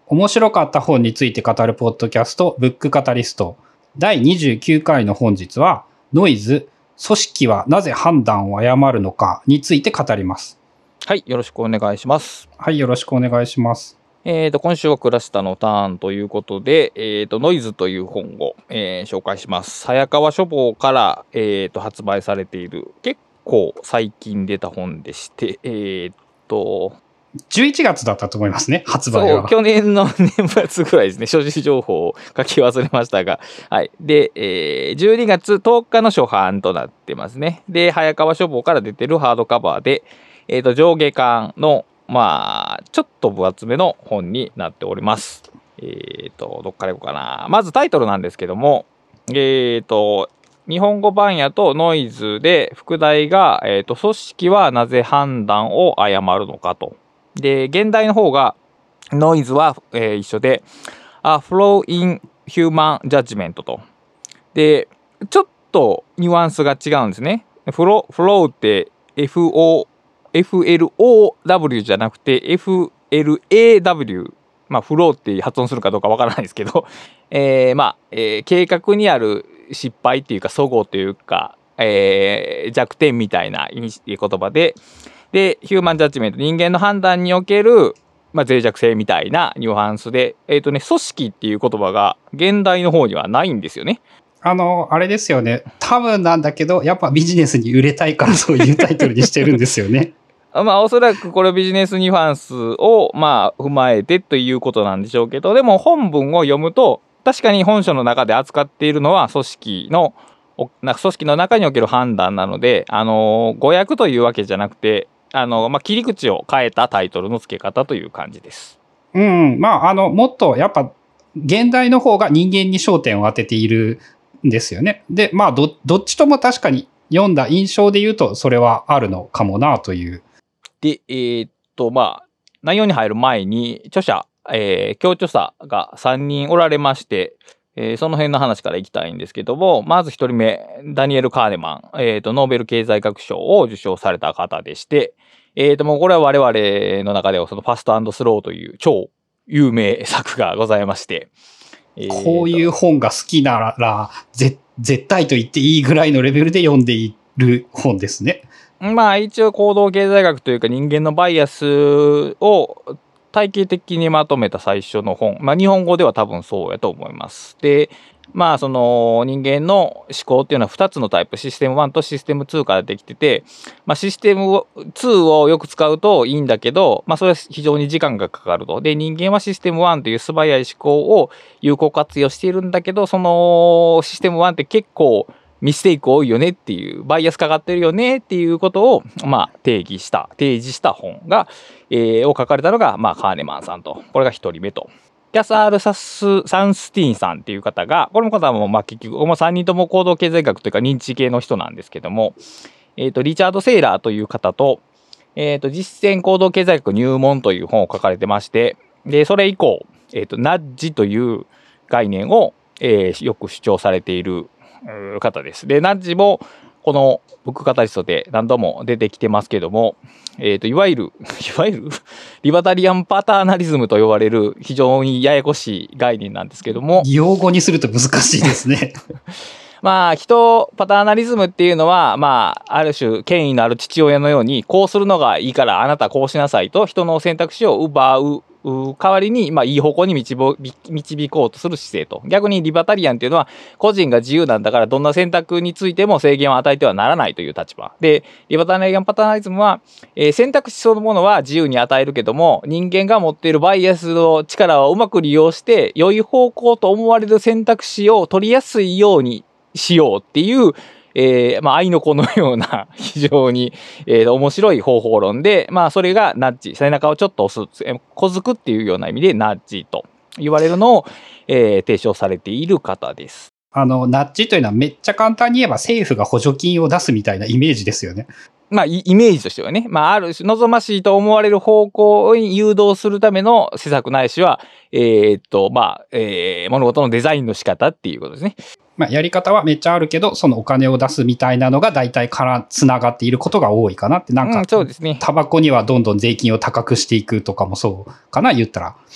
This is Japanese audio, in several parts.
面白かった本について語るポッドキャスト、ブックカタリスト。第29回の本日は、ノイズ、組織はなぜ判断を誤るのかについて語ります。 はい、よろしくお願いします。 はい、よろしくお願いします。 今週はクラシタのターンということで、ノイズという本を、紹介します。早川書房から、発売されている結構最近出た本でして、 11月だったと思いますね、発売は。 そう、去年の年末ぐらいですね。所持情報を書き忘れましたが。はい。で、12月10日の初版となってますね。で、早川書房から出てるハードカバーで、上下巻の、ちょっと分厚めの本になっております。どっからいこうかな。まずタイトルなんですけども、日本語版やとノイズで、副題が、組織はなぜ判断を誤るのかと。で、現代の方が、ノイズは、一緒で、A Flaw in Human Judgment と。で、ちょっとニュアンスが違うんですね。フローって FLOW じゃなくて FLAW。フローって発音するかどうかわからないですけど、計画にある失敗っていうか、齟齬というか、弱点みたいな言葉で、ヒューマンジャッジメント、人間の判断における、脆弱性みたいなニュアンスで、組織っていう言葉が現代の方にはないんですよね。 あれですよね。多分なんだけど、やっぱビジネスに売れたいからそういうタイトルにしてるんですよね。 おそらくこれビジネスニュアンスを、踏まえてということなんでしょうけど、でも本文を読むと、確かに本書の中で扱っているのは組織の中における判断なので、誤訳というわけじゃなくて、切り口を変えたタイトルの付け方という感じです。 うん。もっとやっぱ現代の方が人間に焦点を当てているんですよね。で、どっちとも確かに読んだ印象で言うとそれはあるのかもなという。 で、内容に入る前に著者、共著者が3人おられまして、その辺の話からいきたいんですけども、まず1人目、ダニエル・カーネマン、ノーベル経済学賞を受賞された方でして、もうこれは我々の中ではそのファスト&スローという超有名作がございまして、 こういう本が好きなら絶対と言っていいぐらいのレベルで読んでいる本ですね。 一応行動経済学というか人間のバイアスを体系的にまとめた最初の本。日本語では多分そうやと思います。で、その人間の思考っていうのは2つのタイプ、システム1とシステム2からできてて、システム2をよく使うといいんだけど、それは非常に時間がかかると。で、人間はシステム1という素早い思考を有効活用しているんだけど、そのシステム1って結構ミステイク多いよねっていう、バイアスかかってるよねっていうことを、提示した本が、を書かれたのが、カーネマンさんと。これが一人目と。キャサール・サンスティーンさんっていう方が、この方も結局、3人とも行動経済学というか認知系の人なんですけども、リチャード・セイラーという方と、実践行動経済学入門という本を書かれてまして、で、それ以降、ナッジという概念を、よく主張されている方です。で、ナッジもこのブックカタリストで何度も出てきてますけども、いわゆるリバタリアンパターナリズムと呼ばれる非常にややこしい概念なんですけども、 用語にすると難しいですね。 パターナリズムっていうのは、ある種権威のある父親のように、こうするのがいいからあなたこうしなさいと人の選択肢を奪う代わりに、いい方向に導こうとする姿勢と。逆にリバタリアンっていうのは、個人が自由なんだからどんな選択についても制限を与えてはならないという立場で、リバタリアンパターナリズムは、選択肢そのものは自由に与えるけども、人間が持っているバイアスの力をうまく利用して良い方向と思われる選択肢を取りやすいようにしようっていう、愛の子のような非常に、面白い方法論で、それがナッジ、背中をちょっと押す、小づくっていうような意味でナッジと言われるのを、提唱されている方です。 ナッジというのはめっちゃ簡単に言えば政府が補助金を出すみたいなイメージですよね。 イメージとしてはね、ある種望ましいと思われる方向に誘導するための施策ないしは、物事のデザインの仕方っていうことですね。 やり方はめっちゃあるけど、そのお金を出すみたいなのが大体からつながっていることが多いかなって、 そうですね。 タバコにはどんどん税金を高くしていくとかもそうかな、言ったら。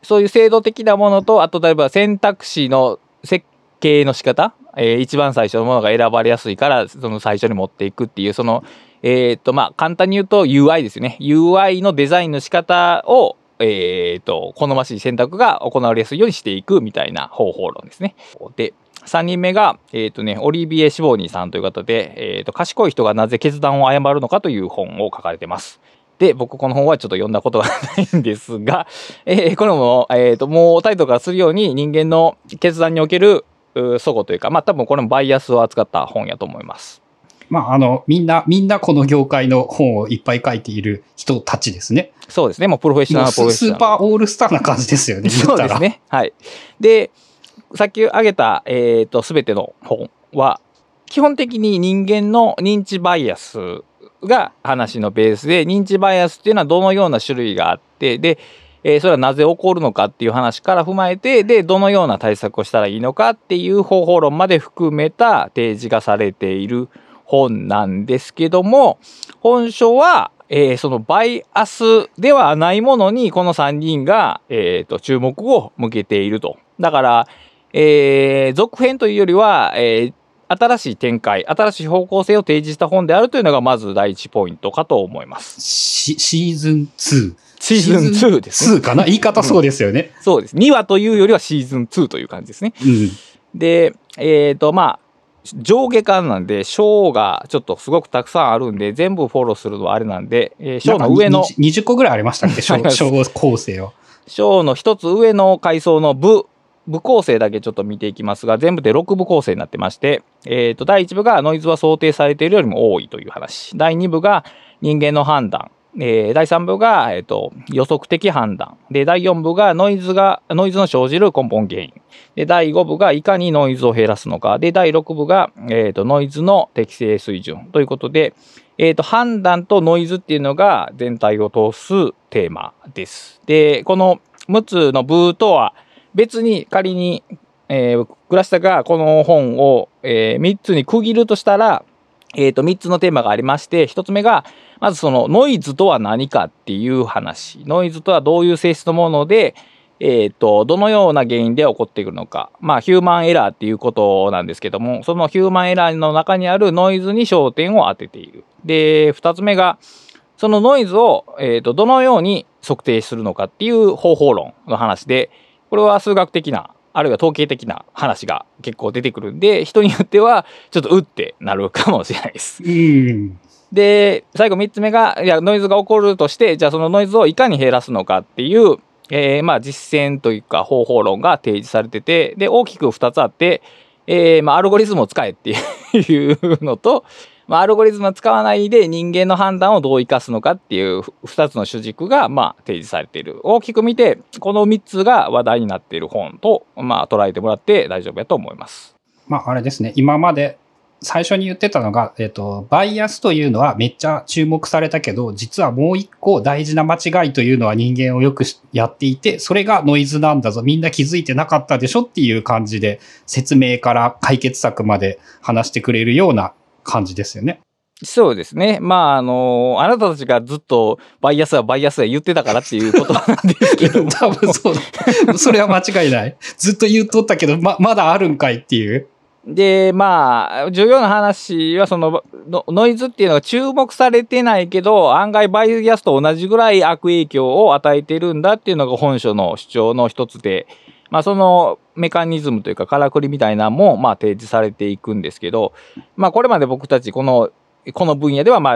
そういう制度的なものと、あと例えば選択肢の設計の仕方、一番最初のものが選ばれやすいから、その最初に持っていくっていう、その、簡単に言うと UI ですよね。UI のデザインの仕方を、好ましい選択が行われやすいようにしていくみたいな方法論ですね。で、3人目が、オリビエ・シボーニーさんという方で、賢い人がなぜ決断を誤るのかという本を書かれてます。で、僕この本はちょっと読んだことがないんですが、これも、もうタイトルからするように人間の決断における齟齬というか、多分これもバイアスを扱った本やと思います。 みんなこの業界の本をいっぱい書いている人たちですね。 そうですね。もうプロフェッショナルプロフェッショナル。 スーパーオールスターな感じですよね。 そうですね。はい。で、さっき挙げた、すべての本は、基本的に人間の認知バイアスが話のベースで、認知バイアスっていうのはどのような種類があって、で、それはなぜ起こるのかっていう話から踏まえて、で、どのような対策をしたらいいのかっていう方法論まで含めた提示がされている本なんですけども、本書は、そのバイアスではないものにこの3人が、注目を向けていると。だから、続編というよりは、新しい展開、新しい方向性を提示した本であるというのがまず第一ポイントかと思います。 シーズン2。 シーズン2ですね。 2かな、言い方そうですよね。 そうです。2話というよりはシーズン2という感じですね。で、上下巻なんで章がちょっとすごくたくさんあるんで全部フォローするのはあれなんで、章の上の 20個ぐらいありましたっけ、章構成を。 章の一つ上の階層の部構成だけちょっと見ていきますが、全部で6部構成になってまして、第1部がノイズは想定されているよりも多いという話、第2部が人間の判断、第3部が、予測的判断で、第4部がノイズの生じる根本原因で、第5部がいかにノイズを減らすのかで、第6部が、ノイズの適正水準ということで、判断とノイズっていうのが全体を通すテーマです。で、この6つの部とは別に仮に、倉下がこの本を、3つに区切るとしたら、3つのテーマがありまして、1つ目がまずそのノイズとは何かっていう話。ノイズとはどういう性質のもので、どのような原因で起こってくるのか。ヒューマンエラーっていうことなんですけども、そのヒューマンエラーの中にあるノイズに焦点を当てている。で、2つ目がそのノイズを、どのように測定するのかっていう方法論の話で、これは数学的なあるいは統計的な話が結構出てくるんで、人によってはちょっとうってなるかもしれないです。で、最後3つ目が、ノイズが起こるとして、じゃあそのノイズをいかに減らすのかっていう、実践というか方法論が提示されてて、で、大きく2つあって、アルゴリズムを使えっていうのと、アルゴリズムを使わないで人間の判断をどう生かすのかっていう2つの主軸が提示されている。大きく見てこの3つが話題になっている本と捉えてもらって大丈夫やと思います。 あれですね、今まで最初に言ってたのが、バイアスというのはめっちゃ注目されたけど、実はもう一個大事な間違いというのは人間をよくやっていて、それがノイズなんだぞ、みんな気づいてなかったでしょっていう感じで、説明から解決策まで話してくれるような感じですよね。 そうですね。あなたたちがずっとバイアスは言ってたからっていうことなんですけども。 多分そうだ。それは間違いない。ずっと言っとったけど、まだあるんかいっていう。 で、重要な話はそのノイズっていうのが注目されてないけど、案外バイアスと同じぐらい悪影響を与えてるんだっていうのが本書の主張の一つで、そのメカニズムというかからくりみたいなのも提示されていくんですけど、これまで僕たちこの分野ではバ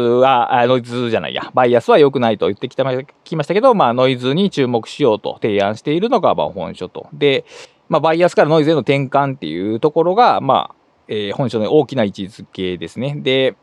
イアスは良くないと言ってきましたけど、ノイズに注目しようと提案しているのが本書と。で、バイアスからノイズへの転換っていうところが、本書の大きな位置づけですね。で、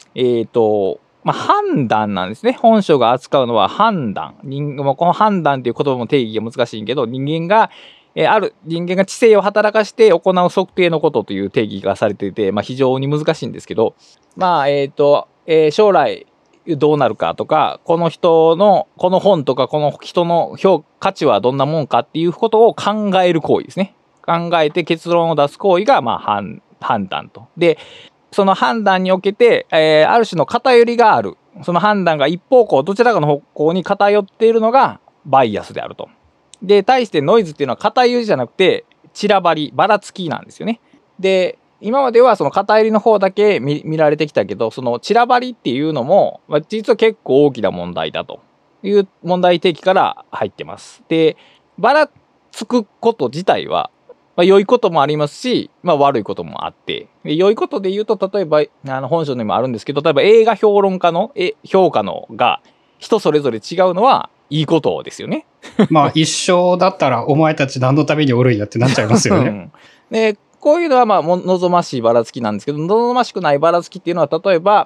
判断なんですね。本書が扱うのは判断。この判断という言葉も定義が難しいけど、人間が知性を働かして行う測定のことという定義がされていて、非常に難しいんですけど、将来どうなるかとか、この本とかこの人の価値はどんなもんかっていうことを考える行為ですね。考えて結論を出す行為が判断と。で、その判断におけて、ある種の偏りがある。その判断が一方向、どちらかの方向に偏っているのがバイアスであると。 で、対してノイズっていうのは片寄りじゃなくて、散らばり、ばらつきなんですよね。で、今まではその片寄りの方だけ見られてきたけど、その散らばりっていうのも、実は結構大きな問題だという問題提起から入ってます。で、ばらつくこと自体は、良いこともありますし、悪いこともあって、良いことで言うと、例えば、本書にもあるんですけど、例えば映画評論家の評価のが人それぞれ違うのはいいことですよね。 まあ一緒だったらお前たち何のためにおるんやってなっちゃいますよね。 で、こういうのは望ましいばらつきなんですけど、望ましくないばらつきっていうのは、例えば、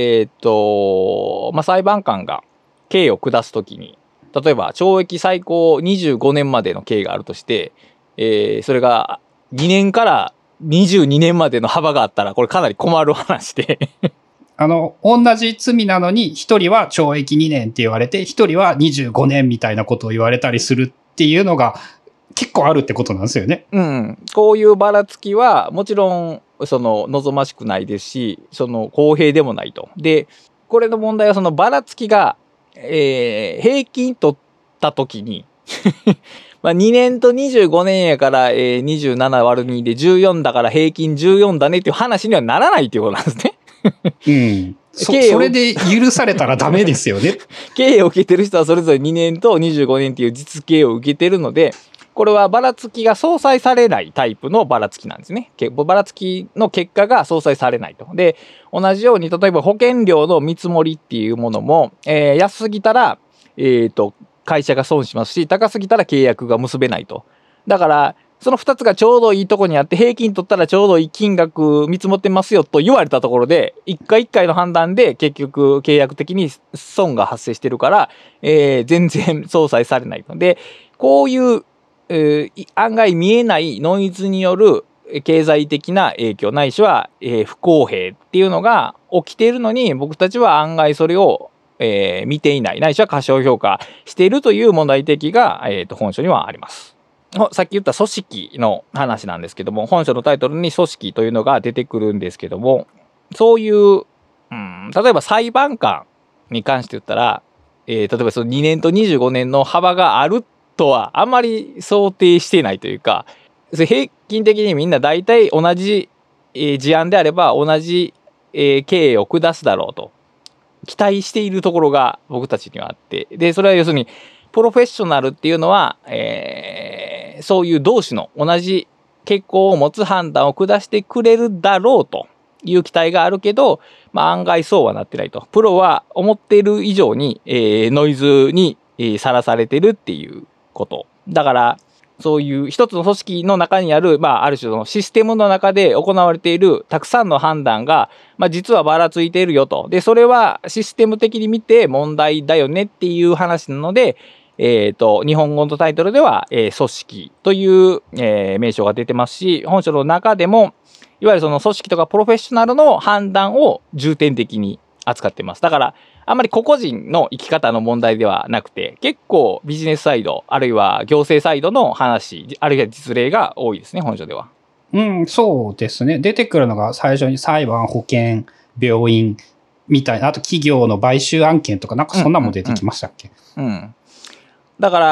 裁判官が刑を下すときに、例えば懲役最高25年までの刑があるとして、それが2年から22年までの幅があったら、これかなり困る話で同じ罪なのに、一人は懲役2年って言われて、一人は25年みたいなことを言われたりするっていうのが結構あるってことなんですよね。 うん。こういうばらつきは、もちろん、望ましくないですし、公平でもないと。で、これの問題は、ばらつきが、平均取ったときに、2年と25年やから、27割る2で14だから平均14だねっていう話にはならないっていうことなんですね。 うん。それで許されたらダメですよね。 刑を受けてる人はそれぞれ2年と25年っていう実刑を受けてるので、これはばらつきが相殺されないタイプのばらつきなんですね。ばらつきの結果が相殺されないと。で、同じように例えば保険料の見積もりっていうものも、安すぎたら、会社が損しますし、高すぎたら契約が結べないと。だから、その2つがちょうどいいとこにあって、平均取ったらちょうどいい金額見積もってますよと言われたところで、一回一回の判断で結局契約的に損が発生してるから、全然相殺されないと。で、こういう、案外見えないノイズによる経済的な影響ないしは、不公平っていうのが起きているのに、僕たちは案外それを見ていない、ないしは過小評価しているという問題提起が、本書にはあります。さっき言った組織の話なんですけども、本書のタイトルに組織というのが出てくるんですけども、そういう、例えば裁判官に関して言ったら、例えばその2年と25年の幅があるとはあんまり想定していないというか、平均的にみんな大体同じ事案であれば同じ刑を下すだろうと期待しているところが僕たちにはあって、でそれは要するにプロフェッショナルっていうのは、そういう同種の同じ傾向を持つ判断を下してくれるだろうという期待があるけど、案外そうはなってないと。プロは思っている以上に、ノイズにさらされてるっていうこと。だからそういう一つの組織の中にある、ある種のシステムの中で行われているたくさんの判断が、実はばらついているよと。で、それはシステム的に見て問題だよねっていう話なので、日本語のタイトルでは、組織という、名称が出てますし、本書の中でも、いわゆるその組織とかプロフェッショナルの判断を重点的に扱っています。だから、あんまり個々人の生き方の問題ではなくて、結構ビジネスサイド、あるいは行政サイドの話、あるいは実例が多いですね、本書では。 そうですね。出てくるのが最初に裁判、保険、病院みたいな、あと企業の買収案件とか、なんかそんなも出てきましたっけ？ だから、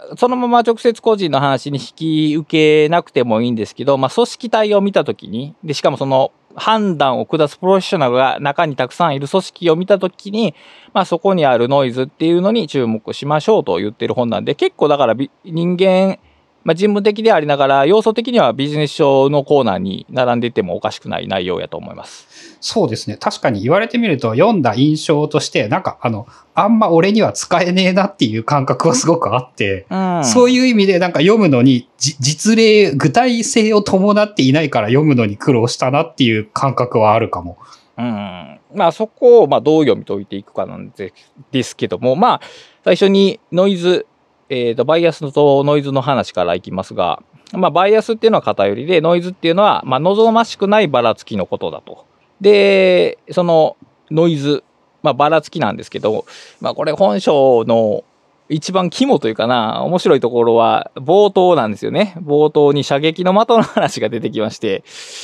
そのまま直接個人の話に引き受けなくてもいいんですけど、組織体を見たときに、で、しかもその判断を下すプロフェッショナルが中にたくさんいる組織を見たときに、そこにあるノイズっていうのに注目しましょうと言ってる本なんで、結構だから人間、人文的でありながら、要素的にはビジネス書のコーナーに並んでいてもおかしくない内容やと思います。 そうですね。確かに言われてみると、読んだ印象として、なんかあんま俺には使えねえなっていう感覚はすごくあって、そういう意味でなんか読むのに実例、具体性を伴っていないから読むのに苦労したなっていう感覚はあるかも。 そこをどう読み解いていくかなんですけども、最初にノイズ、バイアスとノイズの話からいきますが、バイアスっていうのは偏りで、ノイズっていうのは望ましくないばらつきのことだと。で、そのノイズ、ばらつきなんですけど、これ本書の一番肝というかな、面白いところは冒頭なんですよね。冒頭に射撃の的の話が出てきまして、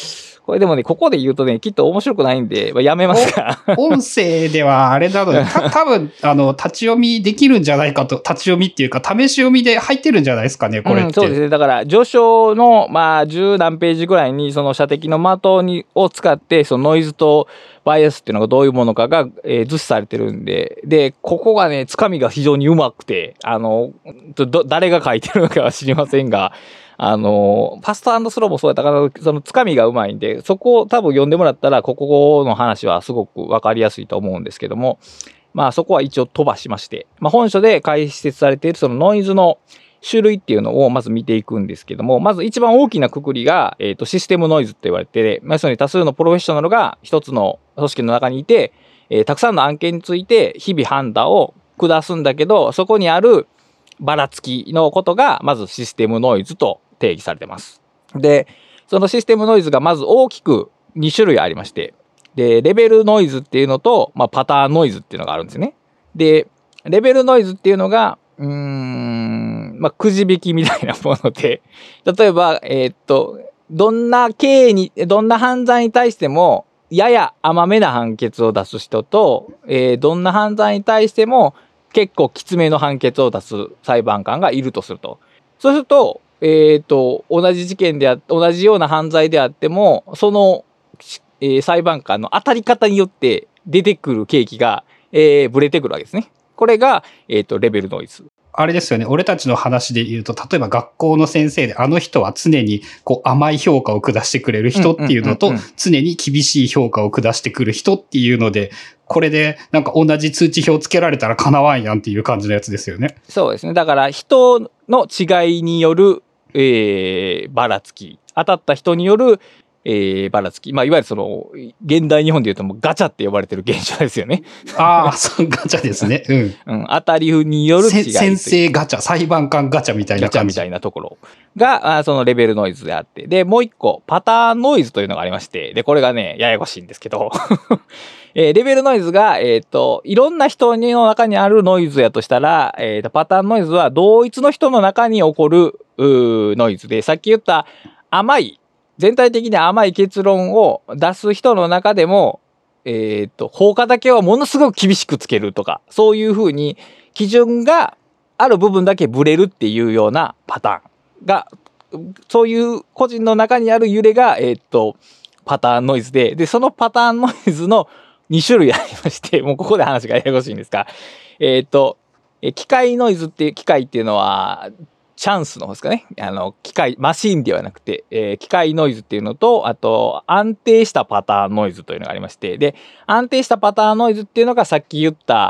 これでもね、ここで言うとね、きっと面白くないんで、やめますか。 音声ではあれなので、多分立ち読みできるんじゃないかと、立ち読みっていうか、試し読みで入ってるんじゃないですかね、これって。 そうですね。だから、序章の、十何ページぐらいに、その射的の的を使って、そのノイズとバイアスっていうのがどういうものかが、図示されてるんで、で、ここがね、つかみが非常にうまくて、誰が書いてるのかは知りませんが、ファスト&スローもそうやったから、そのつかみがうまいんで、そこを多分読んでもらったら、ここの話はすごくわかりやすいと思うんですけども、そこは一応飛ばしまして、本書で解説されているそのノイズの種類っていうのをまず見ていくんですけども、まず一番大きな括りが、システムノイズって言われて、要するに多数のプロフェッショナルが一つの組織の中にいて、たくさんの案件について日々判断を下すんだけど、そこにあるばらつきのことがまずシステムノイズと定義されてます。で、そのシステムノイズがまず大きく2種類ありまして、で、レベルノイズっていうのと、パターンノイズっていうのがあるんですね。で、レベルノイズっていうのが、くじ引きみたいなもので、例えば、どんな犯罪に対しても、やや甘めな判決を出す人と、どんな犯罪に対しても、結構きつめの判決を出す裁判官がいるとすると。そうすると、同じ事件同じような犯罪であっても、その、裁判官の当たり方によって出てくる刑期が、ブレてくるわけですね。これが、レベルノイズ。 あれですよね。俺たちの話で言うと、例えば学校の先生で、あの人は常にこう甘い評価を下してくれる人っていうのと、常に厳しい評価を下してくる人っていうので、これでなんか同じ通知表つけられたら叶わんやんっていう感じのやつですよね。 そうですね。だから人の違いによる、ばらつき。当たった人による、ばらつき。いわゆるその、現代日本で言うともうガチャって呼ばれてる現象ですよね。 ああ、そうガチャですね。 当たりによる違い。 先生ガチャ、裁判官ガチャみたいな感じ。 ガチャみたいなところが、そのレベルノイズであって。で、もう一個、パターンノイズというのがありまして、で、これがね、ややこしいんですけど、レベルノイズが、いろんな人の中にあるノイズやとしたら、パターンノイズは同一の人の中に起こるノイズで、さっき言った全体的に甘い結論を出す人の中でも、放火だけはものすごく厳しくつけるとか、そういうふうに基準がある部分だけブレるっていうようなパターンが、そういう個人の中にある揺れが、パターンノイズで、そのパターンノイズの2種類ありまして、もうここで話がややこしいんですが、機械ノイズっていう、機械っていうのは、チャンスの方ですかね。マシンではなくて、機械ノイズっていうのと、あと、安定したパターンノイズというのがありまして、で、安定したパターンノイズっていうのがさっき言った、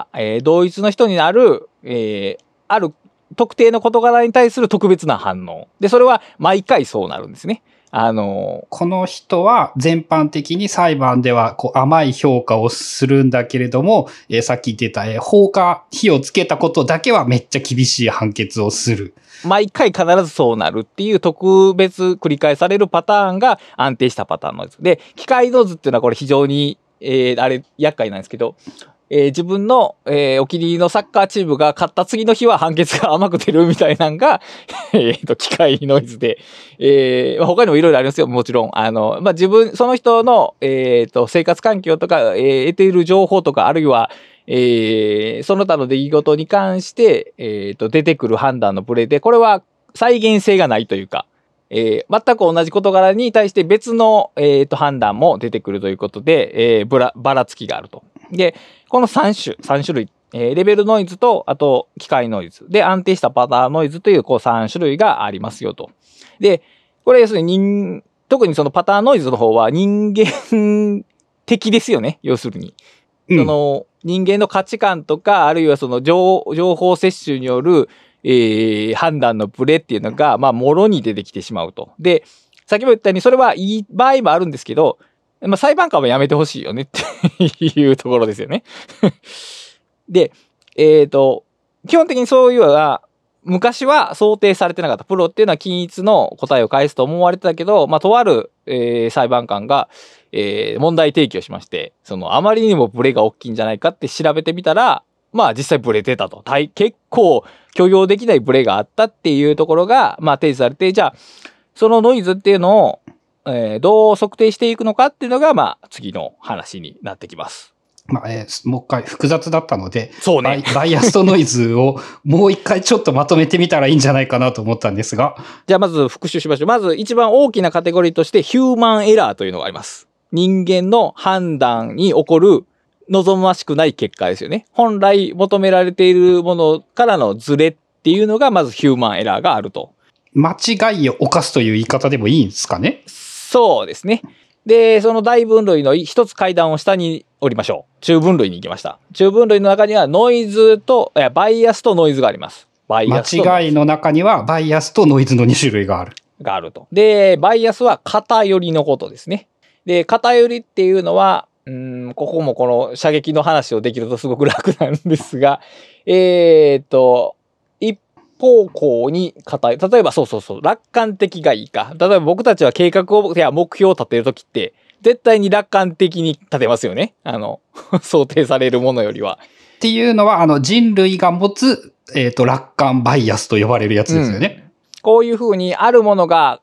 同一の人になる、ある特定の事柄に対する特別な反応。で、それは毎回そうなるんですね。 この人は全般的に裁判ではこう甘い評価をするんだけれども、さっき言ってた、火をつけたことだけはめっちゃ厳しい判決をする。 毎回必ずそうなるっていう特別繰り返されるパターンが安定したパターンノイズ。で、機械ノイズっていうのはこれ非常に、厄介なんですけど、自分の、お気に入りのサッカーチームが勝った次の日は判決が甘く出るみたいなのが、機械ノイズで、他にもいろいろありますよ、もちろん。その人の、生活環境とか、得ている情報とか、あるいは、その他の出来事に関して、出てくる判断のブレで、これは再現性がないというか、全く同じ事柄に対して別の、判断も出てくるということで、ばらつきがあると。で、この3種類、レベルノイズと、あと、機械ノイズ。で、安定したパターンノイズという、こう3種類がありますよと。で、これ要するに特にそのパターンノイズの方は人間的ですよね。要するに。その人間の価値観とか、あるいはその情報摂取による、判断のブレっていうのが、もろに出てきてしまうと。で、先ほど言ったように、それはいい場合もあるんですけど、裁判官はやめてほしいよねっていうところですよね。で、基本的にそういうのは、昔は想定されてなかった。プロっていうのは均一の答えを返すと思われてたけど、とある、裁判官が、問題提起をしまして、あまりにもブレが大きいんじゃないかって調べてみたら、実際ブレてたと。結構許容できないブレがあったっていうところが、提示されて、じゃあ、そのノイズっていうのを、 どう測定していくのかっていうのが、まあ、次の話になってきます。 まあもう一回複雑だったので、 そうね。 バイアスとノイズをもう一回ちょっとまとめてみたらいいんじゃないかなと思ったんですが。 じゃあまず復習しましょう。まず一番大きなカテゴリーとしてヒューマンエラーというのがあります。人間の判断に起こる望ましくない結果ですよね。本来求められているものからのズレっていうのがまずヒューマンエラーがあると。 間違いを犯すという言い方でもいいんですかね？ そうですね。で、その大分類の一つ階段を下に降りましょう。中分類に行きました。中分類の中にはノイズと、バイアスとノイズがあります。バイアスと間違いの中にはバイアスとノイズの2種類がある。 があると。で、バイアスは偏りのことですね。で、偏りっていうのは、ここもこの射撃の話をできるとすごく楽なんですが、一方向に偏り、例えばそう、楽観的がいいか。例えば僕たちは計画を、目標を立てるときって、絶対に楽観的に立てますよね。想定されるものよりは。 っていうのは、人類が持つ、楽観バイアスと呼ばれるやつですよね。 こういうふうにあるものが、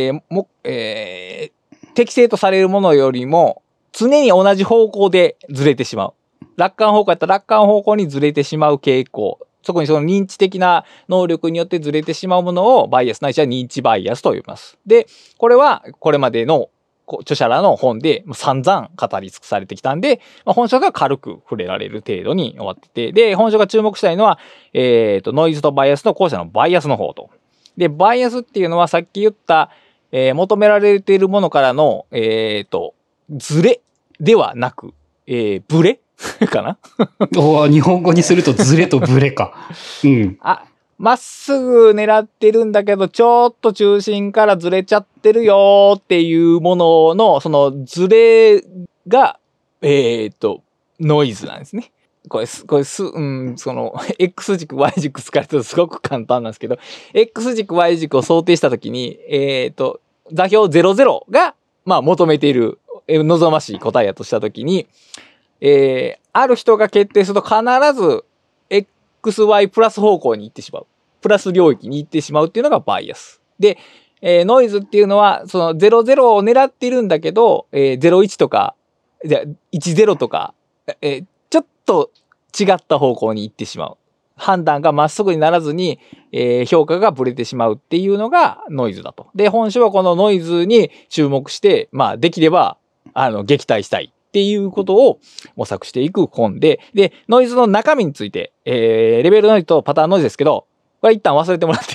適正とされるものよりも、常に同じ方向でずれてしまう。楽観方向やったら楽観方向にずれてしまう傾向。そこにその認知的な能力によってずれてしまうものをバイアスないしは認知バイアスと呼びます。で、これはこれまでの著者らの本で散々語り尽くされてきたんで、本書が軽く触れられる程度に終わってて、で、本書が注目したいのは、ノイズとバイアスの後者のバイアスの方と。で、バイアスっていうのはさっき言った、求められているものからの、ズレではなく、ブレかな日本語にするとズレとブレか。うん。 まっすぐ狙ってるんだけど、ちょっと中心からずれちゃってるよっていうものの、そのずれが、ノイズなんですね。その、X 軸、Y 軸使うとすごく簡単なんですけど、X 軸、Y 軸を想定したときに、座標00が、求めている、望ましい答えやとしたときに、ある人が決定すると必ず、XY プラス方向に行ってしまう。プラス領域に行ってしまうっていうのがバイアス。で、ノイズっていうのは、その00を狙っているんだけど、01とか、10とか、ちょっと違った方向に行ってしまう。判断がまっすぐにならずに、評価がブレてしまうっていうのがノイズだと。で、本書はこのノイズに注目して、できれば、撃退したい。っていうことを模索していく本で、で、ノイズの中身について、レベルノイズとパターンノイズですけど、これ一旦忘れてもらって。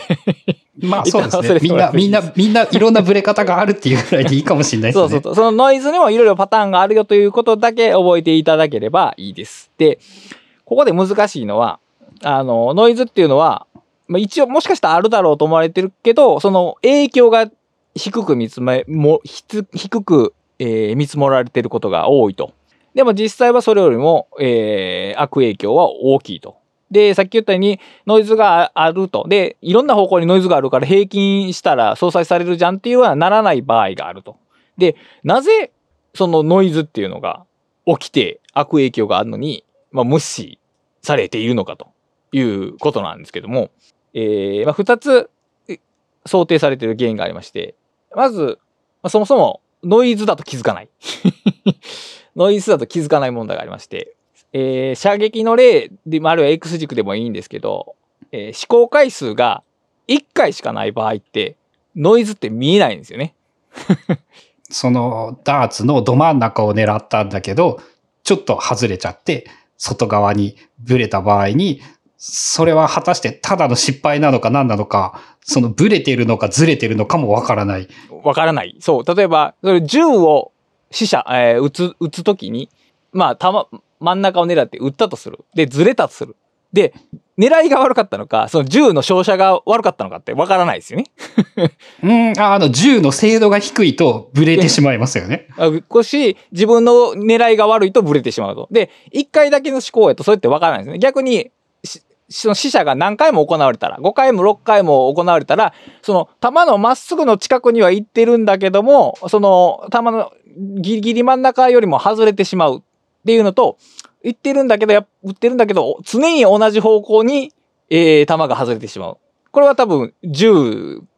そうですね。みんないろんなブレ方があるっていうぐらいでいいかもしれないですね。 そう。そのノイズにもいろいろパターンがあるよということだけ覚えていただければいいです。で、ここで難しいのは、ノイズっていうのは、一応もしかしたらあるだろうと思われてるけど、その影響が低く見積もられていることが多いと。でも実際はそれよりも、悪影響は大きいと。で、さっき言ったようにノイズがあると。で、いろんな方向にノイズがあるから平均したら相殺されるじゃんっていうのはならない場合があると。で、なぜそのノイズっていうのが起きて悪影響があるのに、無視されているのかということなんですけども、2つ想定されている原因がありまして、まず、そもそもノイズだと気づかない。ノイズだと気づかない問題がありまして、射撃の例でもあるいは X 軸でもいいんですけど、試行回数が1回しかない場合って、ノイズって見えないんですよね。 そのダーツのど真ん中を狙ったんだけど、ちょっと外れちゃって、外側にブレた場合に、それは果たしてただの失敗なのか何なのか、そのブレてるのかずれてるのかもわからない。 わからない。そう。例えば、それ銃を撃つときに、真ん中を狙って撃ったとする。で、ずれたとする。で、狙いが悪かったのか、その銃の照射が悪かったのかってわからないですよね。 銃の精度が低いとブレてしまいますよね。 自分の狙いが悪いとブレてしまうと。で、1回だけの思考やとそれってわからないですね。逆に、その試射が何回も行われたら、5回も6回も行われたら、その弾のまっすぐの近くには行ってるんだけども、その弾のギリギリ真ん中よりも外れてしまうっていうのと、撃ってるんだけど、常に同じ方向に、弾が外れてしまう。これは多分、銃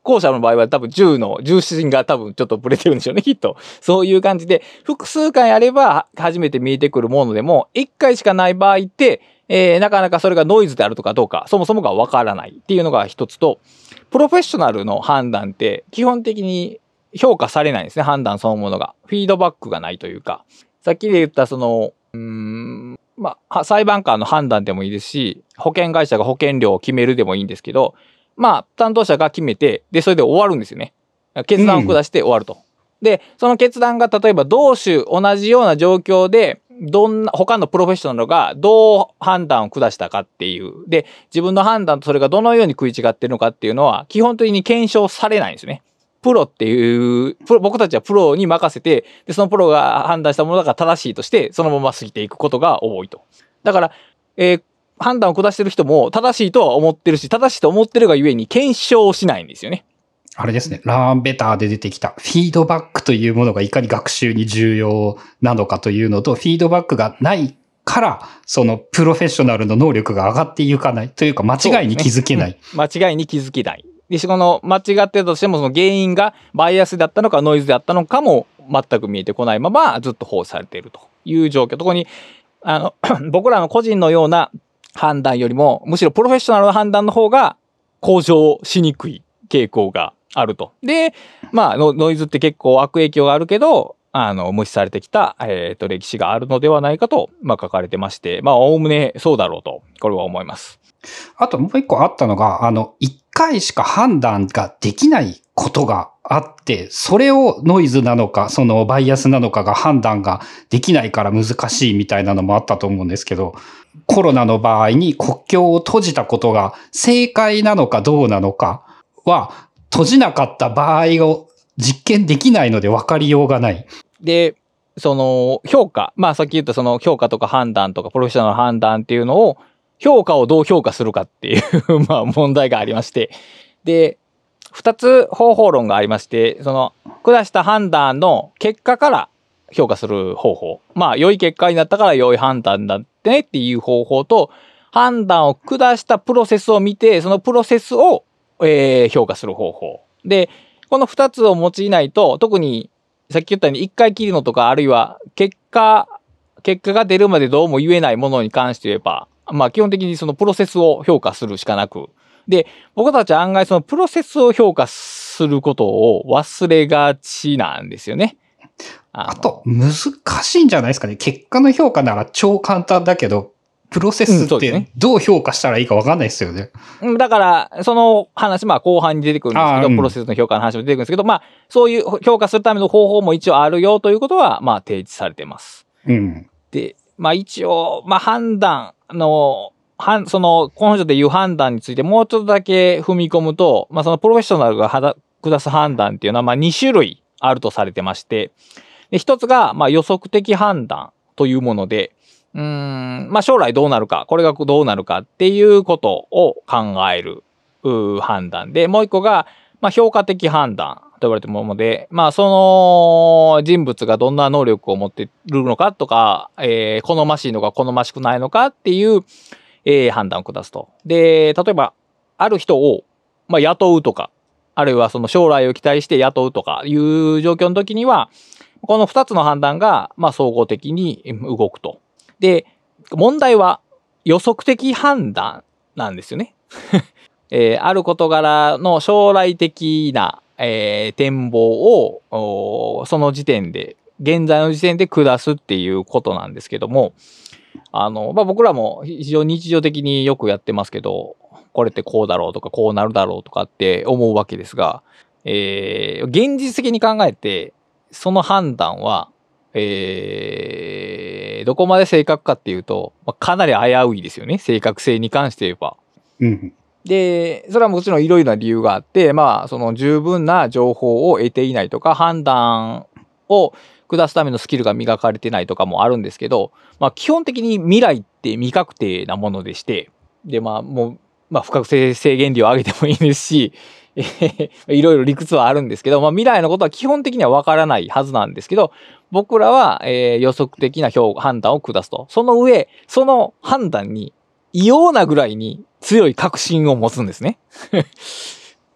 後者の場合は多分銃の重心が多分ちょっとブレてるんでしょうね、きっと。そういう感じで、複数回あれば初めて見えてくるものでも、1回しかない場合って、なかなかそれがノイズであるとかどうか、そもそもがわからないっていうのが一つと、プロフェッショナルの判断って基本的に評価されないんですね、判断そのものが。フィードバックがないというか。さっきで言ったその、裁判官の判断でもいいですし、保険会社が保険料を決めるでもいいんですけど、担当者が決めて、で、それで終わるんですよね。決断を下して終わると。で、その決断が例えば同種同じような状況で、他のプロフェッショナルがどう判断を下したかっていう。で、自分の判断とそれがどのように食い違っているのかっていうのは、基本的に検証されないんですよね。プロっていう、僕たちはプロに任せて、で、そのプロが判断したものが正しいとして、そのまま過ぎていくことが多いと。だから、判断を下してる人も正しいとは思ってるし、正しいと思ってるがゆえに検証しないんですよね。 あれですね。ラーンベターで出てきたフィードバックというものがいかに学習に重要なのかというのと、フィードバックがないから、そのプロフェッショナルの能力が上がっていかないというか、間違いに気づけない。 間違いに気づけない。で、その間違ってたとしても、その原因がバイアスだったのかノイズだったのかも全く見えてこないままずっと放置されているという状況。とこに、僕らの個人のような判断よりも、むしろプロフェッショナルの判断の方が向上しにくい傾向があると。で、ノイズって結構悪影響があるけど、無視されてきた、歴史があるのではないかと、書かれてまして、おおむねそうだろうと、これは思います。 あともう一個あったのが、一回しか判断ができないことがあって、それをノイズなのか、そのバイアスなのかが判断ができないから難しいみたいなのもあったと思うんですけど、コロナの場合に国境を閉じたことが正解なのかどうなのかは、閉じなかった場合を実験できないので分かりようがない。 で、その評価、さっき言ったその評価とか判断とかプロフェッショナルの判断っていうのを、評価をどう評価するかっていう問題がありまして。で、二つ方法論がありまして、その下した判断の結果から評価する方法。良い結果になったから良い判断だってねっていう方法と、判断を下したプロセスを見て、そのプロセスを、評価する方法。で、この二つを用いないと、特にさっき言ったように一回きりのとか、あるいは結果が出るまでどうも言えないものに関して言えば、基本的にそのプロセスを評価するしかなく。で、僕たちは案外そのプロセスを評価することを忘れがちなんですよね。 あと、難しいんじゃないですかね。結果の評価なら超簡単だけど、プロセスってどう評価したらいいか分かんないですよね。 だから、その話、後半に出てくるんですけど、プロセスの評価の話も出てくるんですけど、そういう評価するための方法も一応あるよということは、提示されています。で、一応、判断の、その、この人で言う判断についてもうちょっとだけ踏み込むと、そのプロフェッショナルが下す判断っていうのは、2種類あるとされてまして、で、一つが、予測的判断というもので、将来どうなるか、これがどうなるかっていうことを考える判断で、もう一個が、評価的判断と言われているもので、その人物がどんな能力を持っているのかとか、好ましいのか好ましくないのかっていう、判断を下すと。で、例えば、ある人を、雇うとか、あるいはその将来を期待して雇うとかいう状況の時には、この2つの判断が、総合的に動くと。で、問題は予測的判断なんですよね。ある事柄の将来的な、展望をその時点で現在の時点で下すっていうことなんですけども、僕らも非常に日常的によくやってますけど、これってこうだろうとかこうなるだろうとかって思うわけですが、現実的に考えてその判断は、どこまで正確かっていうと、かなり危ういですよね、正確性に関して言えば。で、それはもちろんいろいろな理由があって、その十分な情報を得ていないとか、判断を下すためのスキルが磨かれてないとかもあるんですけど、基本的に未来って未確定なものでして、で、もう、不確定性原理を上げてもいいですし、いろいろ理屈はあるんですけど、未来のことは基本的には分からないはずなんですけど、僕らは、予測的な判断を下すと。その上、その判断に異様なぐらいに強い確信を持つんですね。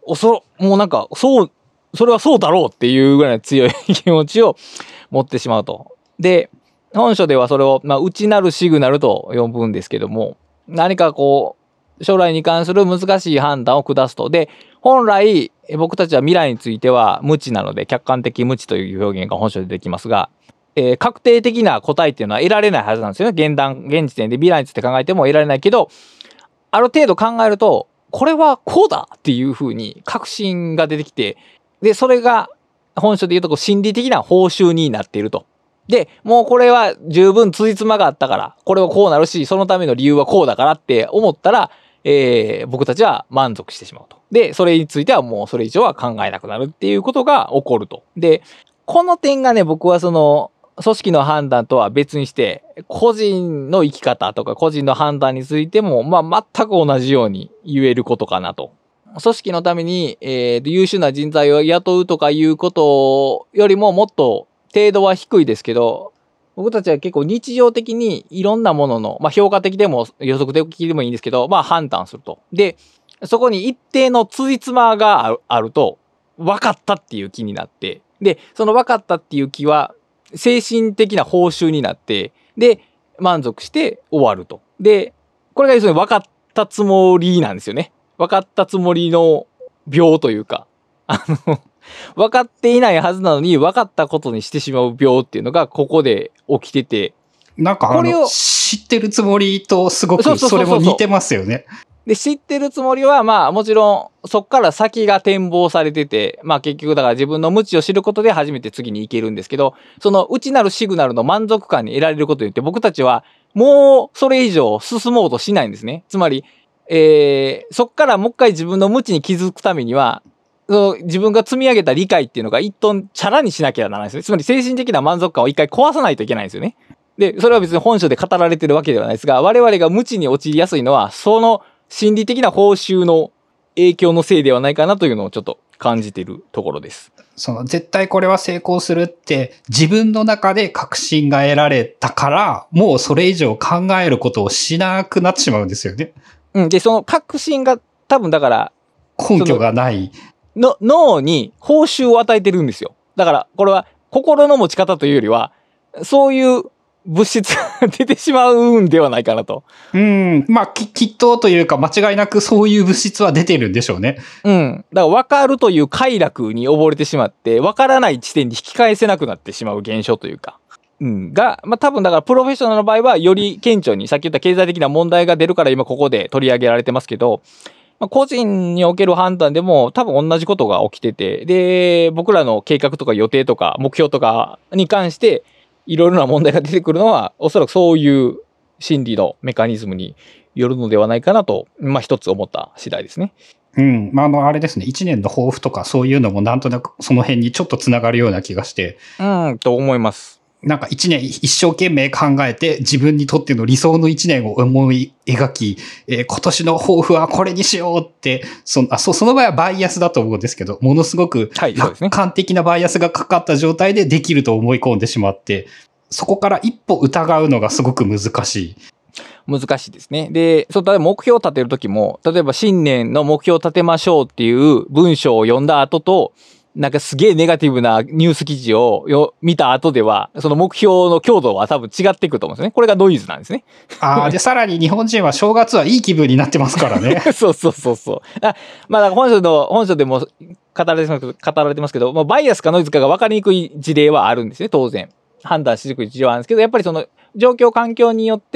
もうなんか、それはそうだろうっていうぐらいの強い気持ちを持ってしまうと。で、本書ではそれを、内なるシグナルと呼ぶんですけども、何かこう、将来に関する難しい判断を下すと。で、本来、僕たちは未来については無知なので、客観的無知という表現が本書でできますが、確定的な答えっていうのは得られないはずなんですよね。現時点で未来について考えても得られないけど、ある程度考えると、これはこうだっていうふうに確信が出てきて、で、それが本書で言うと心理的な報酬になっていると。で、もうこれは十分辻褄があったから、これはこうなるし、そのための理由はこうだからって思ったら、僕たちは満足してしまうと。で、それについてはもうそれ以上は考えなくなるっていうことが起こると。で、この点がね、僕はその、組織の判断とは別にして、個人の生き方とか個人の判断についても、全く同じように言えることかなと。組織のために、優秀な人材を雇うとかいうことよりももっと程度は低いですけど、僕たちは結構日常的にいろんなものの、評価的でも予測的でもいいんですけど、判断すると。で、そこに一定の辻褄があると、分かったっていう気になって、で、その分かったっていう気は、精神的な報酬になって、で、満足して終わると。で、これが要するに分かったつもりなんですよね。分かったつもりの病というか、分かっていないはずなのに分かったことにしてしまう病っていうのがここで起きてて。 なんか知ってるつもりとすごくそれも似てますよね。 で、知ってるつもりはもちろんそっから先が展望されてて、結局だから自分の無知を知ることで初めて次に行けるんですけど、その内なるシグナルの満足感に得られることによって僕たちはもうそれ以上進もうとしないんですね。つまり、そっからもう一回自分の無知に気づくためには、自分が積み上げた理解っていうのが一トンチャラにしなきゃならないですね。つまり精神的な満足感を一回壊さないといけないんですよね。で、それは別に本書で語られてるわけではないですが、我々が無知に陥りやすいのは、その心理的な報酬の影響のせいではないかなというのをちょっと感じているところです。 絶対これは成功するって自分の中で確信が得られたから、もうそれ以上考えることをしなくなってしまうんですよね。 で、その確信が多分だから、 根拠がない。 脳に報酬を与えてるんですよ。だからこれは心の持ち方というよりは、そういう物質が出てしまうんではないかなと。 きっとというか間違いなくそういう物質は出てるんでしょうね。 だから分かるという快楽に溺れてしまって、分からない地点に引き返せなくなってしまう現象というか。が、多分だからプロフェッショナルの場合はより顕著に、さっき言った経済的な問題が出るから今ここで取り上げられてますけど、個人における判断でも多分同じことが起きてて、で、僕らの計画とか予定とか目標とかに関していろいろな問題が出てくるのは、おそらくそういう心理のメカニズムによるのではないかなと、一つ思った次第ですね。 あれですね、1年の抱負とかそういうのもなんとなくその辺にちょっとつながるような気がして。 と思います。 なんか1年一生懸命考えて自分にとっての理想の1年を思い描き、今年の抱負はこれにしようって、その場合はバイアスだと思うんですけど、ものすごく楽観的なバイアスがかかった状態でできると思い込んでしまって、そこから一歩疑うのがすごく難しい。 難しいですね。で、例えば目標を立てるときも、例えば新年の目標を立てましょうっていう文章を読んだ後と、なんかすげえネガティブなニュース記事を見た後では、その目標の強度は多分違ってくると思うんですね。これがノイズなんですね。 で、さらに日本人は正月はいい気分になってますからね。 そう。だから本書でも語られてますけど、バイアスかノイズかが分かりにくい事例はあるんですね、当然。判断しにくい事例はあるんですけど、やっぱりその状況環境によって、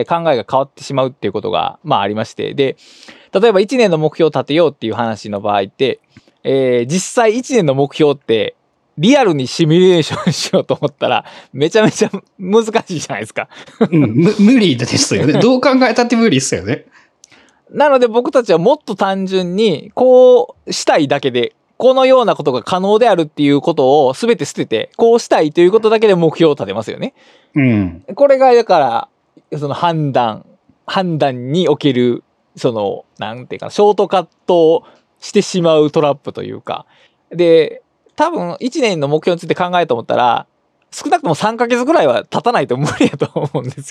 考えが変わってしまうっていうことが、ありまして。で、例えば1年の目標を立てようっていう話の場合って、実際1年の目標ってリアルにシミュレーションしようと思ったらめちゃめちゃ難しいじゃないですか。 無理ですよね。どう考えたって無理ですよね。 なので僕たちはもっと単純にこうしたいだけで、このようなことが可能であるっていうことを全て捨てて、こうしたいということだけで目標を立てますよね。これがだからその判断におけるそのなんていうかショートカットしてしまうトラップというか。で、多分1年の目標について考えようと思ったら、少なくとも3ヶ月ぐらいは経たないと無理やと思うんですよ。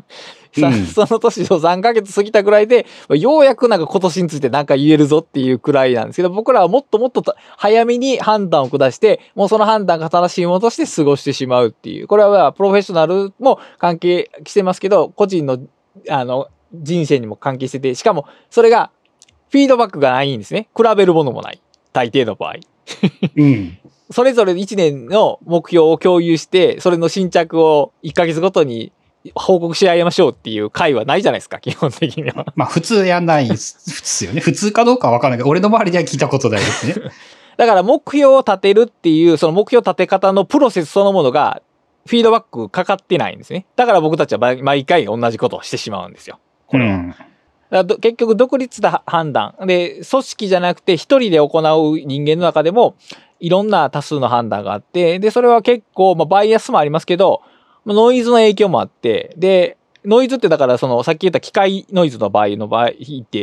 その年の3ヶ月過ぎたぐらいで、ようやくなんか今年についてなんか言えるぞっていうくらいなんですけど、僕らはもっともっと早めに判断を下して、もうその判断が正しいものとして過ごしてしまうっていう。これはプロフェッショナルも関係してますけど、個人の、人生にも関係してて、しかもそれがフィードバックがないんですね。比べるものもない。大抵の場合。 うん。 それぞれ1年の目標を共有して、それの進捗を1ヶ月ごとに報告し合いましょうっていう会はないじゃないですか、基本的には。 まあ普通やんないですよね。普通かどうかは分からないけど、俺の周りでは聞いたことないですね。 だから目標を立てるっていう、その目標立て方のプロセスそのものが、フィードバックかかってないんですね。だから僕たちは毎回同じことをしてしまうんですよ。これは。だから結局独立した判断。で、組織じゃなくて一人で行う人間の中でも、いろんな多数の判断があって、で、それは結構、バイアスもありますけど、ノイズの影響もあって、で、ノイズってだからさっき言った機械ノイズの場合って、